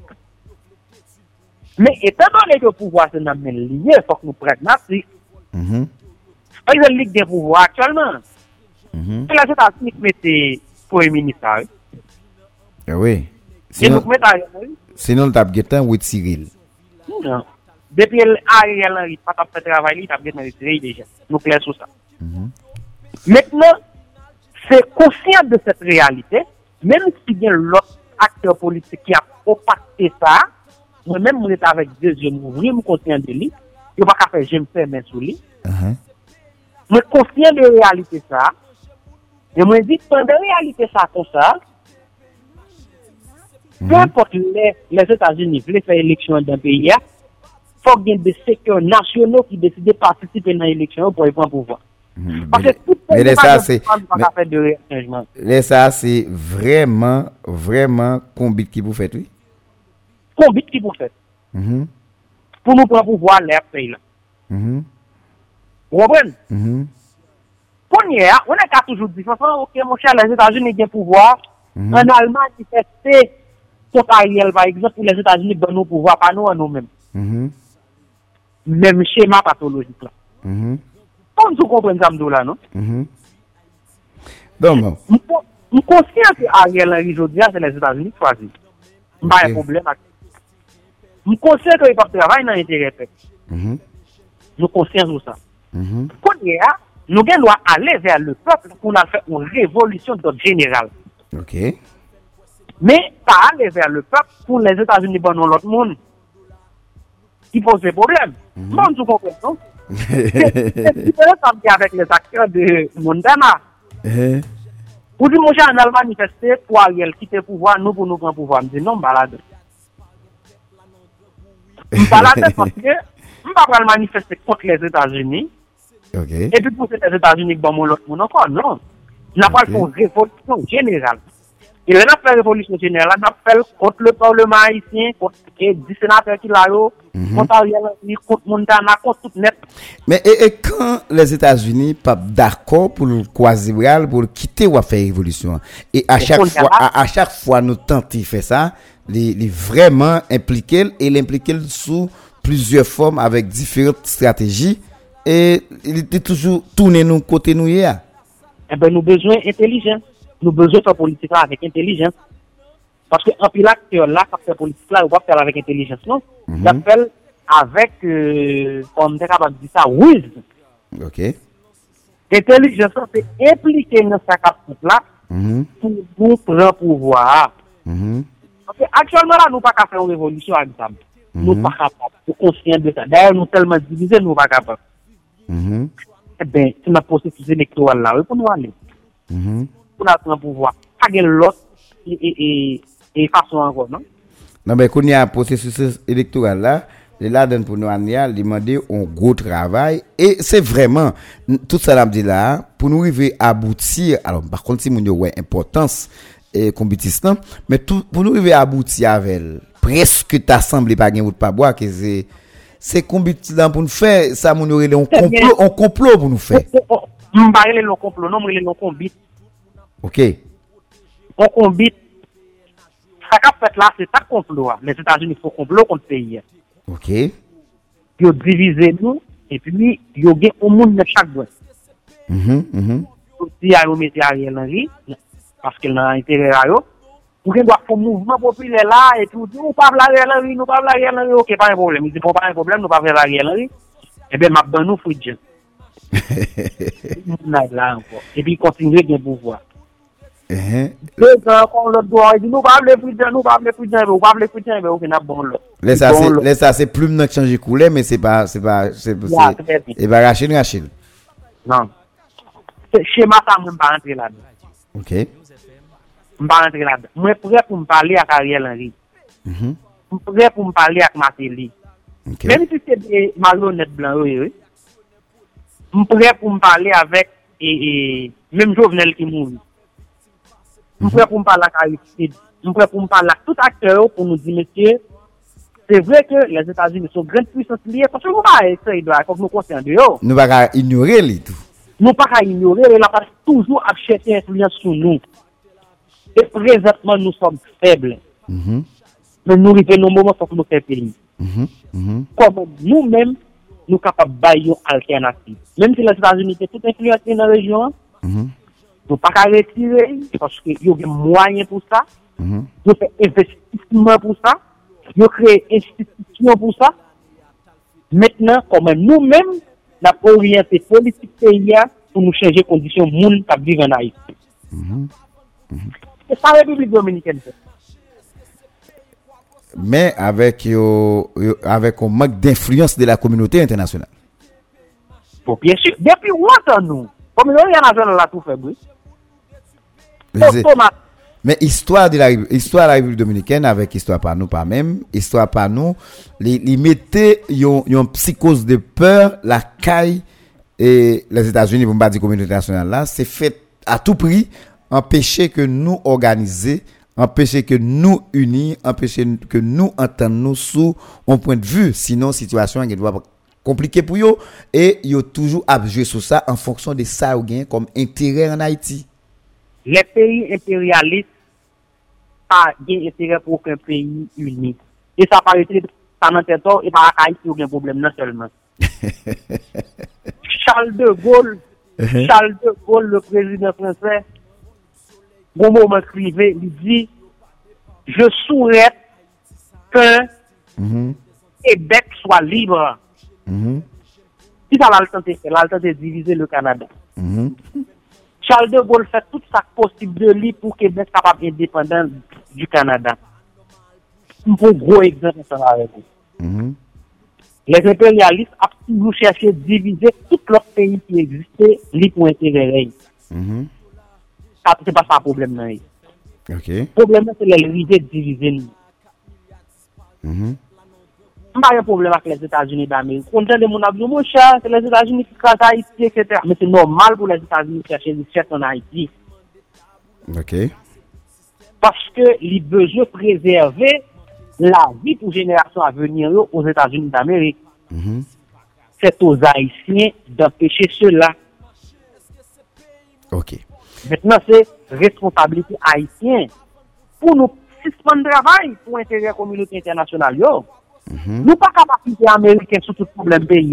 Mais étant donné que le pouvoir c'est dans le lié, il faut que nous pragmatiques. Mm-hmm. Par exemple, la Ligue des pouvoirs actuellement, Mm-hmm. c'est les États-Unis qui mettent Premier ministre. Oui. Sinon, sinon le tape guetan ou Cyril. Non. Depuis Ariel Henry pas fait travail, il tape guetan retiré déjà. Nous clair sur ça. Mm-hmm. Maintenant, c'est conscient de cette réalité, même si bien l'autre acteur politique qui a opacté ça, moi-même, je suis avec Dieu, je suis conscient de lui, je ne peux pas faire, je me fais main sur lui. Uh-huh. Je suis conscient de la réalité ça, et je me dis, pendant la réalité ça comme ça, mm-hmm. peu importe les, les États-Unis veulent faire élection dans le pays, il faut qu'il y ait des secteurs nationaux qui décident de participer dans l'élection pour y prendre pouvoir. Mm-hmm. Parce que tout mais le ça c'est mais, de changement. Mais ça c'est vraiment vraiment combien qui vous faites oui? Combien qui vous faites? Mm-hmm. Pour nous prendre pouvoir les pays là. Mm-hmm. Vous comprenez? Mm-hmm. On y est, on a toujours dit, ok, mon cher, les États-Unis ont pouvoir. Mm-hmm. En Allemagne, c'est contre Ariel, par exemple, pour les États-Unis donnent nos pouvoir, pas nous, à nous-mêmes. Mm-hmm. Même schéma pathologique là. Mm-hmm. Comme vous comprenez ça, là, non? Mm-hmm. Donc, je suis conscient que Ariel Henry, aujourd'hui, c'est les États-Unis qui choisissent. Je n'ai pas de problème avec ça. Je suis conscient qu'ils ne peuvent pas travailler dans l'intérêt. Mm-hmm. Je suis conscient de ça. Mm-hmm. Quand il y a, nous devons aller vers le peuple pour faire une révolution d'ordre général. Ok. Mais pas aller vers le peuple pour les États-Unis, bon, l'autre monde qui pose des problèmes. Mm-hmm. Bon, vous comprenez, non? C'est différent avec les acteurs de Montana. Uh-huh. Pour dire, mon cher, on a manifesté pour Ariel quitter le pouvoir, nous pour nous prendre le pouvoir. Je dis non, balade. Je balade parce que je ne vais pas manifester contre les États-Unis. Okay. Et puis pour les États-Unis, bon, mon l'autre monde encore, non. On n'a pas fait une révolution générale. Et là, on a fait une révolution générale, on a fait contre le Parlement haïtien, contre les sénateurs qui l'ont eu, contre Ariel Henry, contre Montana, contre tout net. Mais et, et quand les États-Unis pas d'accord pour le quasi-réal, pour quitter ou faire révolution, et à chaque fois, à, à chaque fois nous tentons de faire ça, les, les vraiment impliqués et l'impliquer sous plusieurs formes avec différentes stratégies, et il était toujours tourné nous côté nous hier. Eh ben, nous besoin intelligent. Nous besoin de faire politique là avec intelligence. Parce que un pile acteur là, qui fait politique là, il va faire avec intelligence, non? Il appelle avec, euh, comme t'es capable de dire ça, wisdom. OK. Intelligence, c'est impliquer dans sa capacité là Mhm. pour nous prendre pouvoir. Mhm. Parce que actuellement, là, nous ne pouvons pas faire une révolution avec ça. Nous ne sommes pas capables. Nous sommes conscients de ça. D'ailleurs, nous sommes tellement divisés, nous ne sommes pas capables. Mhm. Eh bien, c'est notre processus électoral là, oui, pour nous aller. Mhm. Pour nous prendre pouvoir. Pas de l'autre et, et, et, et façon encore, non? Non, mais quand il y a un processus électoral là, là, donne pour nous, il demander un gros travail. Et c'est vraiment, tout ça, là, me dit là, pour nous arriver à aboutir, alors, par contre, si nous avons une importance et compétition, mais tout, pour nous arriver à aboutir avec presque t'assemblée par gain ou pas boire, que c'est, c'est compétition pour nous faire, ça, nous aurait un complot, un complot pour nous faire. Nous ne parlons pas de complot, non, mais nous combat. OK. On combat. Ça qu'a fait là, c'est un complot. Les États-Unis font complot contre le pays. OK. Ils ont divisé nous, et puis, ils ont gagné au monde de chaque bois. Mhm, mhm. Si ils ont mis Ariel Henry, parce qu'il a intérêt à eux, pour qu'ils doivent faire un mouvement populaire là, et tout, nous ne pouvons pas Ariel Henry, nous ne pouvons pas Ariel Henry, ok, pas un problème. Ils disent, pas un problème, nous ne pouvons pas faire Ariel Henry. Eh bien, maintenant, nous, faut dire. Là encore. Et puis, ils continuent de pouvoir. Uh-huh. Deux ans, on le doit, il dit, nous, pas les présidents, nous, pas les présidents, nous, pas les présidents, mais on a bon l'autre. Laisse ça, c'est, laisse ça, c'est plus de changer couleur, mais c'est pas, c'est pas, c'est, c'est, et bah, Rachel, Rachel. Non. Ce schéma, ça, je ne pas rentrer là-dedans. OK. Je ne pas rentrer là-dedans. Je suis prêt pour me parler avec Ariel Henry. Mm-hmm. Je suis prêt pour me parler avec Martelly. Okay. Même si c'est des malhonnêtes blancs, oui, oui. Je suis prêt pour me parler avec, et, et même Jovenel qui mourit. Je suis prêt pour me parler avec Aristide. Je suis prêt pour me parler avec tout acteur pour nous dire, monsieur, c'est vrai que les États-Unis sont grandes puissances liées, parce que nous ne pouvons pas essayer de comme nous conscients de eux. Nous ne pouvons pas ignorer les tout. Nous ne pouvons pas ignorer, il a toujours à chercher influence sur nous. Et présentement, nous sommes faibles. Mm-hmm. Mais nous arrivons au moment où nous faisons pays. Mm-hmm. Mm-hmm. Comme nous-mêmes, nous sommes capables de bailler une alternative. Même si les États-Unis sont tout influencés dans la région, mm-hmm. nous ne pouvons pas retirer, parce qu'il y a des moyens pour ça. Mm-hmm. Nous faisons investissement pour ça. Nous créons institutions pour ça. Maintenant, comme nous-mêmes, nous avons orienté politique pays pour nous changer les conditions de monde qui vivent en Haïti. Mm-hmm. Mm-hmm. C'est ça la République dominicaine. Mais avec, yo, yo, avec un manque d'influence de la communauté internationale. Bon, bien sûr. Depuis longtemps, nous, la communauté internationale a tout fait, oui. Mais histoire de la histoire de la République dominicaine avec histoire par nous pas même, histoire par nous, les les mettait yon yon psychose de peur la caille et les États-Unis pour pas dire communauté internationale là, c'est fait à tout prix empêcher que nous organiser, empêcher que nous unis, empêcher que nous entendons sous un point de vue, sinon situation qui doit compliqué pour yo et yo toujours à jouer sur ça en fonction de ça ou gain comme intérêt en Haïti. Les pays impérialistes pas gain intérêt pour aucun pays uni. Et ça paraît ça dans tête et pas Haïti aucun problème non seulement. Charles de Gaulle, uh-huh. Charles de Gaulle le président français, bon moment écrivait, il dit je souhaite que uh-huh. Québec soit libre. Mm-hmm. Si ça va le tenter, c'est là le temps de diviser le Canada. Mm-hmm. Charles de Gaulle fait tout ça possible de lui pour Québec soit capable indépendant du Canada. Un gros exemple ça avec vous. Mm-hmm. Les impérialistes ont toujours cherché à diviser tout l'autre pays qui existait, lui pour intérêt. Mm-hmm. Ça c'est pas ça le problème non. OK. Le problème c'est l'idée de diviser nous. Mm-hmm. Pas un problème avec les États-Unis d'Amérique. On entend des mon abdou mon cher, c'est les États-Unis qui crasent Haïti, et cetera. Mais c'est normal pour les États-Unis de chercher des chefs en Haïti. OK. Parce que les besoins préserver la vie pour génération à venir aux États-Unis d'Amérique. Mm-hmm. C'est aux Haïtiens d'empêcher cela. OK. Maintenant, c'est responsabilité haïtienne pour nous suspendre le travail pour intégrer la communauté internationale. Yo. Mm-hmm. Nous pas capables de quitter américains sur tout problème pays.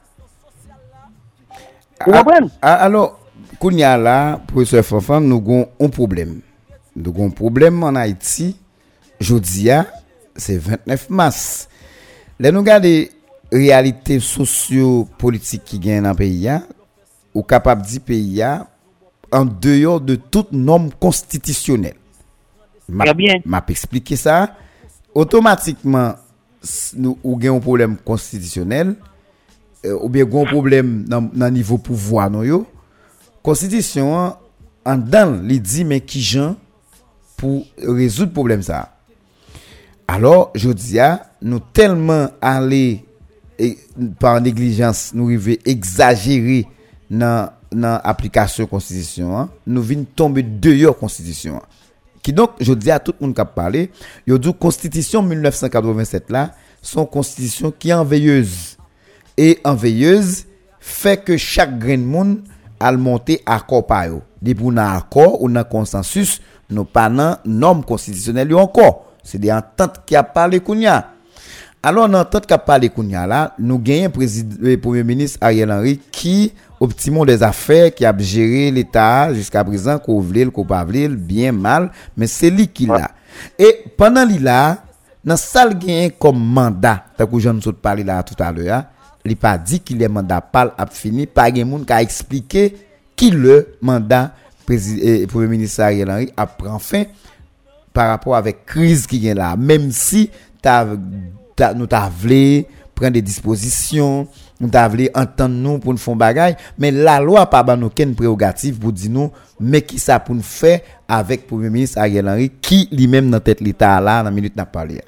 Vous comprenez? Alors, Kounia là, professeur Fofan, nous avons un problème. Nous avons un problème en Haïti. Jodia, c'est vingt-neuf mars. Là, nous regardons réalité socio-politique qui gagne dans le pays, ou capable de dire pays en dehors de toute norme constitutionnelle. Très bien. M'a expliqué ça. Automatiquement, nous avons un problème constitutionnel, euh, ou bien un problème dans le niveau pouvoir. Non, yo. Constitution, en dedans, il dit, mais qui gens pour résoudre le problème ça. Alors, je dis, nous tellement allés et par négligence nous arriver exagérer dans dans application constitution hein, nous vinn tomber dehors constitution qui donc je dis à tout le monde qui a parlé yo dit constitution dix-neuf cent quatre-vingt-sept là son constitution qui est enveilleuse et enveilleuse fait que chaque grain de monde a monter accord par yo depuis on a accord ou dans consensus nous pas dans norme constitutionnelle encore c'est des ententes qui a parlé kounya. Alors, dans tout cas, parler Kounia là, nous gagnons le Premier ministre Ariel Henry qui optimise des affaires, qui a géré l'État jusqu'à présent, qu'on voulait, qu'on pas voulait, bien mal, mais c'est lui qui l'a. Et pendant lui là, dans ça gagne comme mandat, tant que j'en ai parlé là tout à l'heure, il pas dit qu'il est mandat pas a fini, pas gen moun qui a expliqué qui le mandat président Premier ministre Ariel Henry a prend fin par rapport avec crise qui est là, même si t'as nous t'a voulu prendre des dispositions, nous t'a voulu entendre nous pour nous faire bagaille, mais la loi pas ba nous ken prérogative pour dire nous mais qui ça pour nous faire avec Premier ministre Ariel Henry qui lui-même dans tête l'état là dans minute n'a parlé.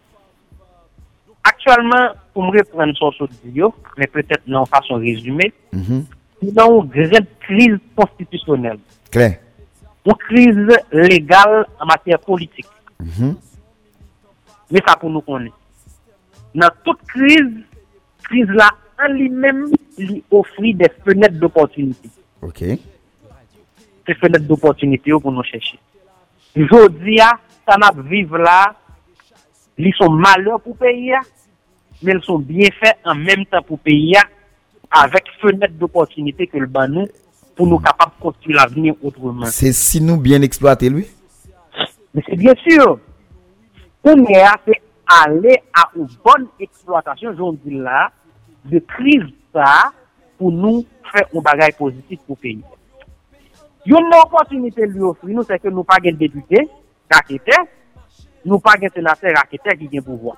Actuellement, pour me reprendre sur ce vidéo, mais peut-être non façon résumée, Mhm. nous avons une grande crise constitutionnelle. Clair. Une crise légale en matière politique. Mhm. Mais ça pour nous connaître. Dans toute crise, crise là, en lui-même, lui offre des fenêtres d'opportunité. OK. Ces fenêtres d'opportunité pour nous chercher. Aujourd'hui, ça n'a vivre là, ils sont malheurs pour payer, mais ils sont bien faits en même temps pour payer, avec fenêtres d'opportunité que le ban nous, pour nous capables de construire l'avenir autrement. C'est si nous bien exploiter lui. Mais c'est bien sûr. Pour nous, c'est aller à une bonne exploitation, je dis là, de crise ça, pour nous faire un bagage positif pour le pays. Une opportunité lui offre, nous, c'est que nous pas de députés, raquetés, nous pas de sénateurs raquetés qui ont pouvoir.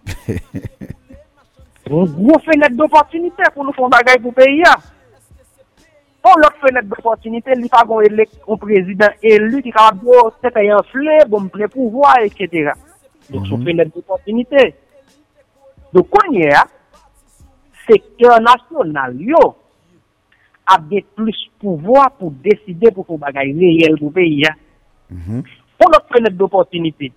On gros fenêtre d'opportunité pour nous faire un bagage pour le pays. Pour l'autre fenêtre d'opportunité, il n'y a pas un président élu qui est capable de se faire enfler, bon, prendre pouvoir, et cetera. Donc, c'est une fenêtre d'opportunité. Donc, on y a, secteur national, yo, a des plus pouvoir pour décider pour faire un bagage réel pour le pays. Mhm. Pour l'autre fenêtre d'opportunité,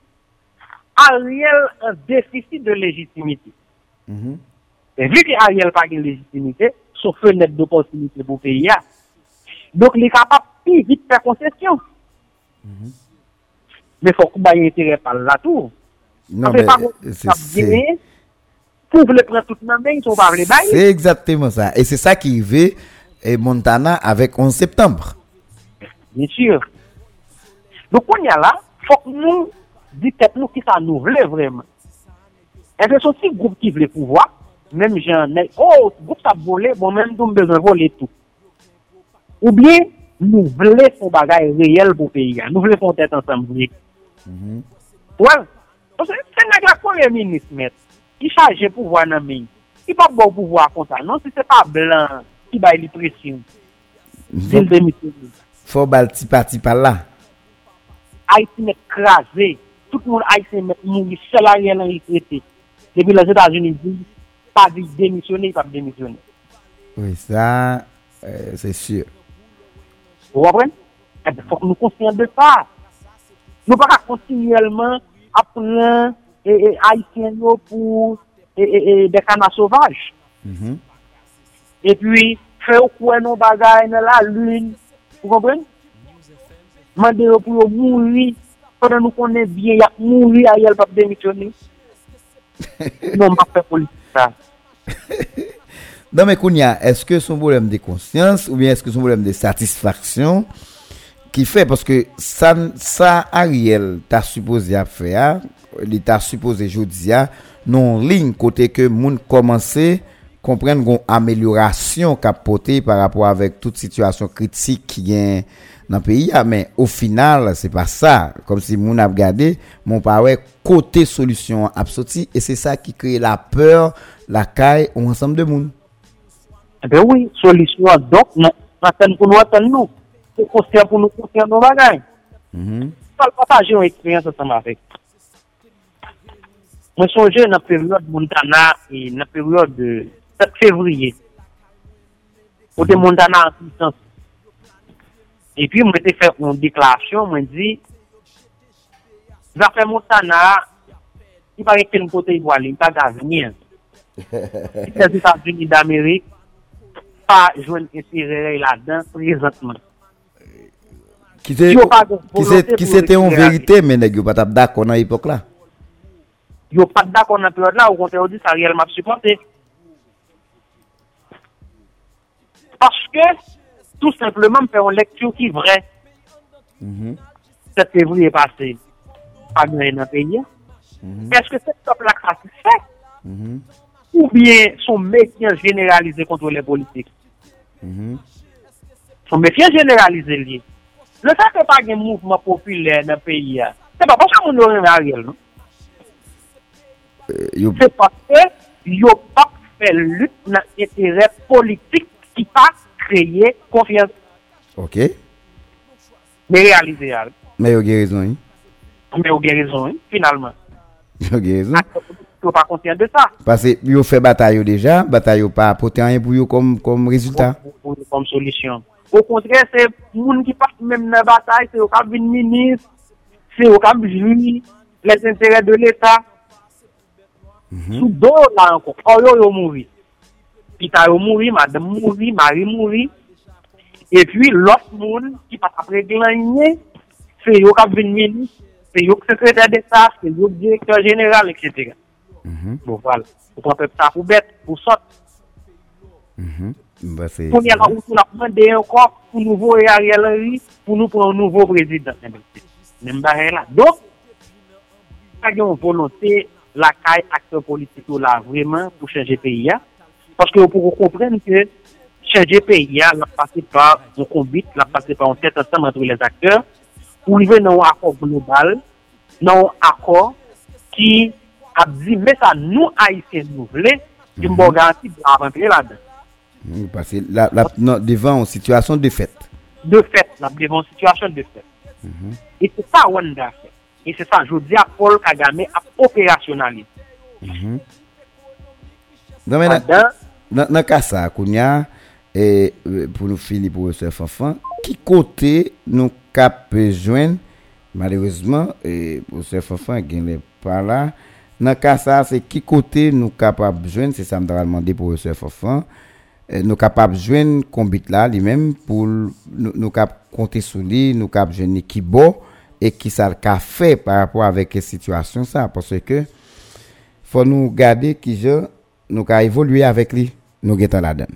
Ariel a un déficit de légitimité. Mhm. Et vu qu'Ariel n'a pas de légitimité, son fenêtre d'opportunité pour le pays. Donc, il est capable de vite faire concession. Mm-hmm. Mais il faut qu'il ait intérêt par la tour. Non, mais mais c'est, c'est... pour le prendre tout le monde, ils sont pas les bails. C'est exactement ça. Et c'est ça qui arrive et Montana avec onze septembre. Bien sûr. Donc, on y a là, il faut que nous disions nous qui ça nous voulait vraiment. Et c'est aussi le groupe qui veut le pouvoir. Même j'en ai, oh, ce groupe ça volé, bon, même nous besoin de voler tout. Ou bien, nous voulons faire un bagage réel pour le pays. Nous voulons faire tête ensemble. Mm-hmm. Ouais. Parce que c'est le premier ministre, qui charge le pouvoir dans le pays. Il n'y a pas de bon pouvoir comme ça. Non, si ce n'est pas blanc qui va lui pression. Il démissionne. Faut balti parti par là. Haïti est écrasé. Tout le monde haïtien est mourir. Seul Ariel Henry traité. Depuis les États-Unis disent pas de démissionner, pas de démissionner. Oui, ça, euh, c'est sûr. Vous comprenez? Il faut que nous conscients de ça. Nous ne pouvons pas continuellement apprendre les Haïtiens pour et, et, et des canards sauvages. Mm-hmm. Et puis, faire quoi nos bagages dans la lune. Vous comprenez? Demander pour mourir. Pendant nous connaissons bien, il y a mourir, il y a le pape démissionner. Non, pas faire politique ça. Non, mais Kounia, est-ce que c'est un problème de conscience ou bien est-ce que c'est un problème de satisfaction qui fait parce que ça, ça Ariel t'a supposé à faire l'état supposé jodia non ligne côté que moun commencer comprendre gon amélioration capoter par rapport avec toute situation critique qui vient dans le pays, mais au final, c'est pas ça. Comme si moun a regardé, mon pareil, côté solution a sorti, et c'est ça qui crée la peur, la caille, ou ensemble de moun. Eh ben oui, solution, donc, non, attendre pour nous, attendre nous. C'est conscient pour nous, conscient nos bagages. Mm-hmm. Pas partager une expérience ensemble avec. Moi, songe dans la période Montana et dans la période de sept février. Côté Montana en puissance. Et puis, moi, j'ai fait une déclaration, moi, dit, va faire Montana, il paraît que le côté il aller, il pas d'avenir. Les États-Unis d'Amérique, pas jouer intérêt là-dedans présentement. Qui c'est, qui c'était en vérité, mais n'est-ce pas d'accord dans l'époque là? Il n'y a pas d'accord dans la période là, au contraire, on dit ça réellement supporté. Parce que, tout simplement, faire une lecture qui est vraie. Mm-hmm. sept février passé, pas gagné dans le pays. Mm-hmm. Est-ce que c'est peuple-là satisfait? Mm-hmm. Ou bien son méfiance généralisé contre les politiques? Mm-hmm. Son méfiance généralisé lié. Le fait que pas de mouvement populaire dans le pays, c'est pas parce qu'on ne remet Ariel, non? Euh, you... C'est parce que il a pas fait lutte dans l'intérêt politique qui pas créé confiance. Ok. Mais réalisé. Mais il y a raison. Hein? Mais il y a raison, hein, finalement. Il y a raison. Tu n'es pas conscient de ça. Parce que vous fait bataille déjà, bataille pas apporter rien pour vous comme, comme résultat. Comme, comme solution. Au contraire, c'est les gens qui partent même dans la bataille, c'est au cap de ministre, c'est au cap de jury, les intérêts de l'État. Mm-hmm. Sous dos là encore, oh yo yo mouri. Pita yo mouri, madame mouri, Marie mouri. Et puis l'autre monde qui passe après gagner, c'est yo cap de ministre, c'est yo secrétaire d'État, c'est yo directeur général, et cetera. Mm-hmm. Bon voilà. Vous prenez ça pour bête, pour sorte. Mm-hmm. Bah, c'est... Pour nous, on a demandé encore pour nous voir Ariel Henry, pour nous prendre un nouveau président. Donc, il y a une volonté, la caille acteur politique là, vraiment, pour changer le pays. Parce que pour comprendre que changer le pays, la passer par un combat, la passer par un tête ensemble entre les acteurs, pour arriver dans un accord global, dans un accord qui a dit, mais ça, nous, Haïtiens, nous voulons, qui me garantit de rentrer là-dedans. Parce que la, la, non, devant une situation de fait. De fait, là, devant une situation de fait. Mm-hmm. Et c'est ça Wanda fait. Et c'est ça, je dis à Paul Kagame à opérationnaliser. Mm-hmm. Dans le cas ça, Kounia, et pour nous finir pour ce Fanfan, qui côté nous cap besoin, malheureusement, et pour ce Fanfan, il n'est pas là. Dans le cas ça, c'est qui côté nous capable besoin, c'est ça me demander pour ce Fanfan. Nous capables de joindre combat là lui-même pour nous, nous capables compter sur lui, nous capables de joindre qui bon et qui ça qu'a fait par rapport avec cette situation ça parce que faut nous garder qui je nous ca évoluer avec lui nous gettons là-dedans.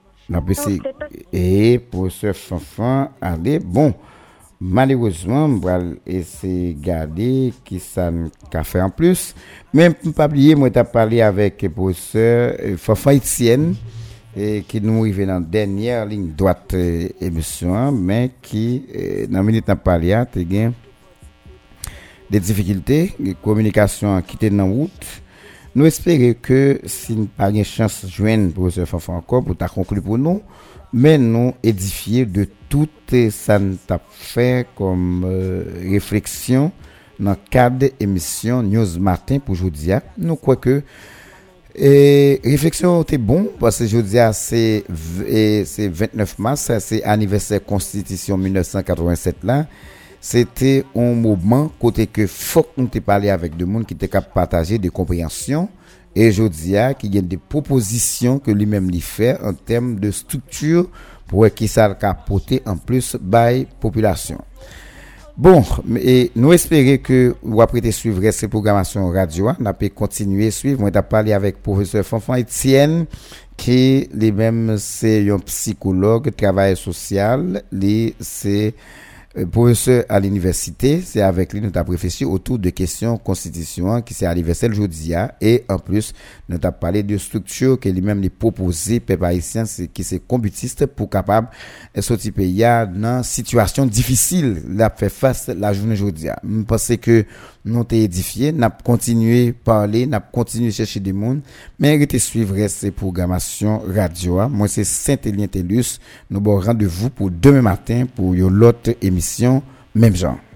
Et pour ce enfant aller bon malheureusement on va essayer garder qui ça qu'a fait en plus même pas oublier moi t'ai parlé avec professeur Fanfan Etienne et qui nous arrive dans la dernière ligne droite euh, émission, mais qui, euh, dans la minute n'a pas parlé, a des difficultés, de communication qui étaient dans la route. Nous espérons que si nous n'avons pas de chance de joindre pour ce faire encore, pour ta conclure pour nous, mais nous édifier de tout ça nous a fait comme euh, réflexion dans le cadre de l'émission News Matin pour aujourd'hui. Nous croyons que et réflexion était bon parce que je dis c'est c'est vingt-neuf mars, c'est anniversaire constitution dix-neuf cent quatre-vingt-sept là, c'était un moment côté que faut qu'on te parler avec des monde qui était capable partager des compréhensions et je dis qu'il y a des propositions que lui-même lui fait en termes de structure pour qui ça capoter en plus by population. Bon, et nous espérons que vous après suivre ces programmations radio, on peut continuer à suivre. Moi, j'ai parlé avec professeur Fanfan Etienne, qui lui-même c'est un psychologue, travailleur social, lui c'est professeur à l'université, c'est avec lui nous avons réfléchi autour de questions constitution qui c'est anniversaire aujourd'hui et en plus nous avons parlé de structure que lui-même les proposé peuple haïtien qui c'est combutiste pour capable sortir pays dans situation difficile là faire face la journée aujourd'hui. Je pense que nous t'ai édifié, n'a continué parler, n'a continué chercher des monde, mais arrêtez suivre ces programmations radio. Moi c'est Saint-Élien Tellus, nous bon rendez-vous pour demain matin pour une autre émission même genre.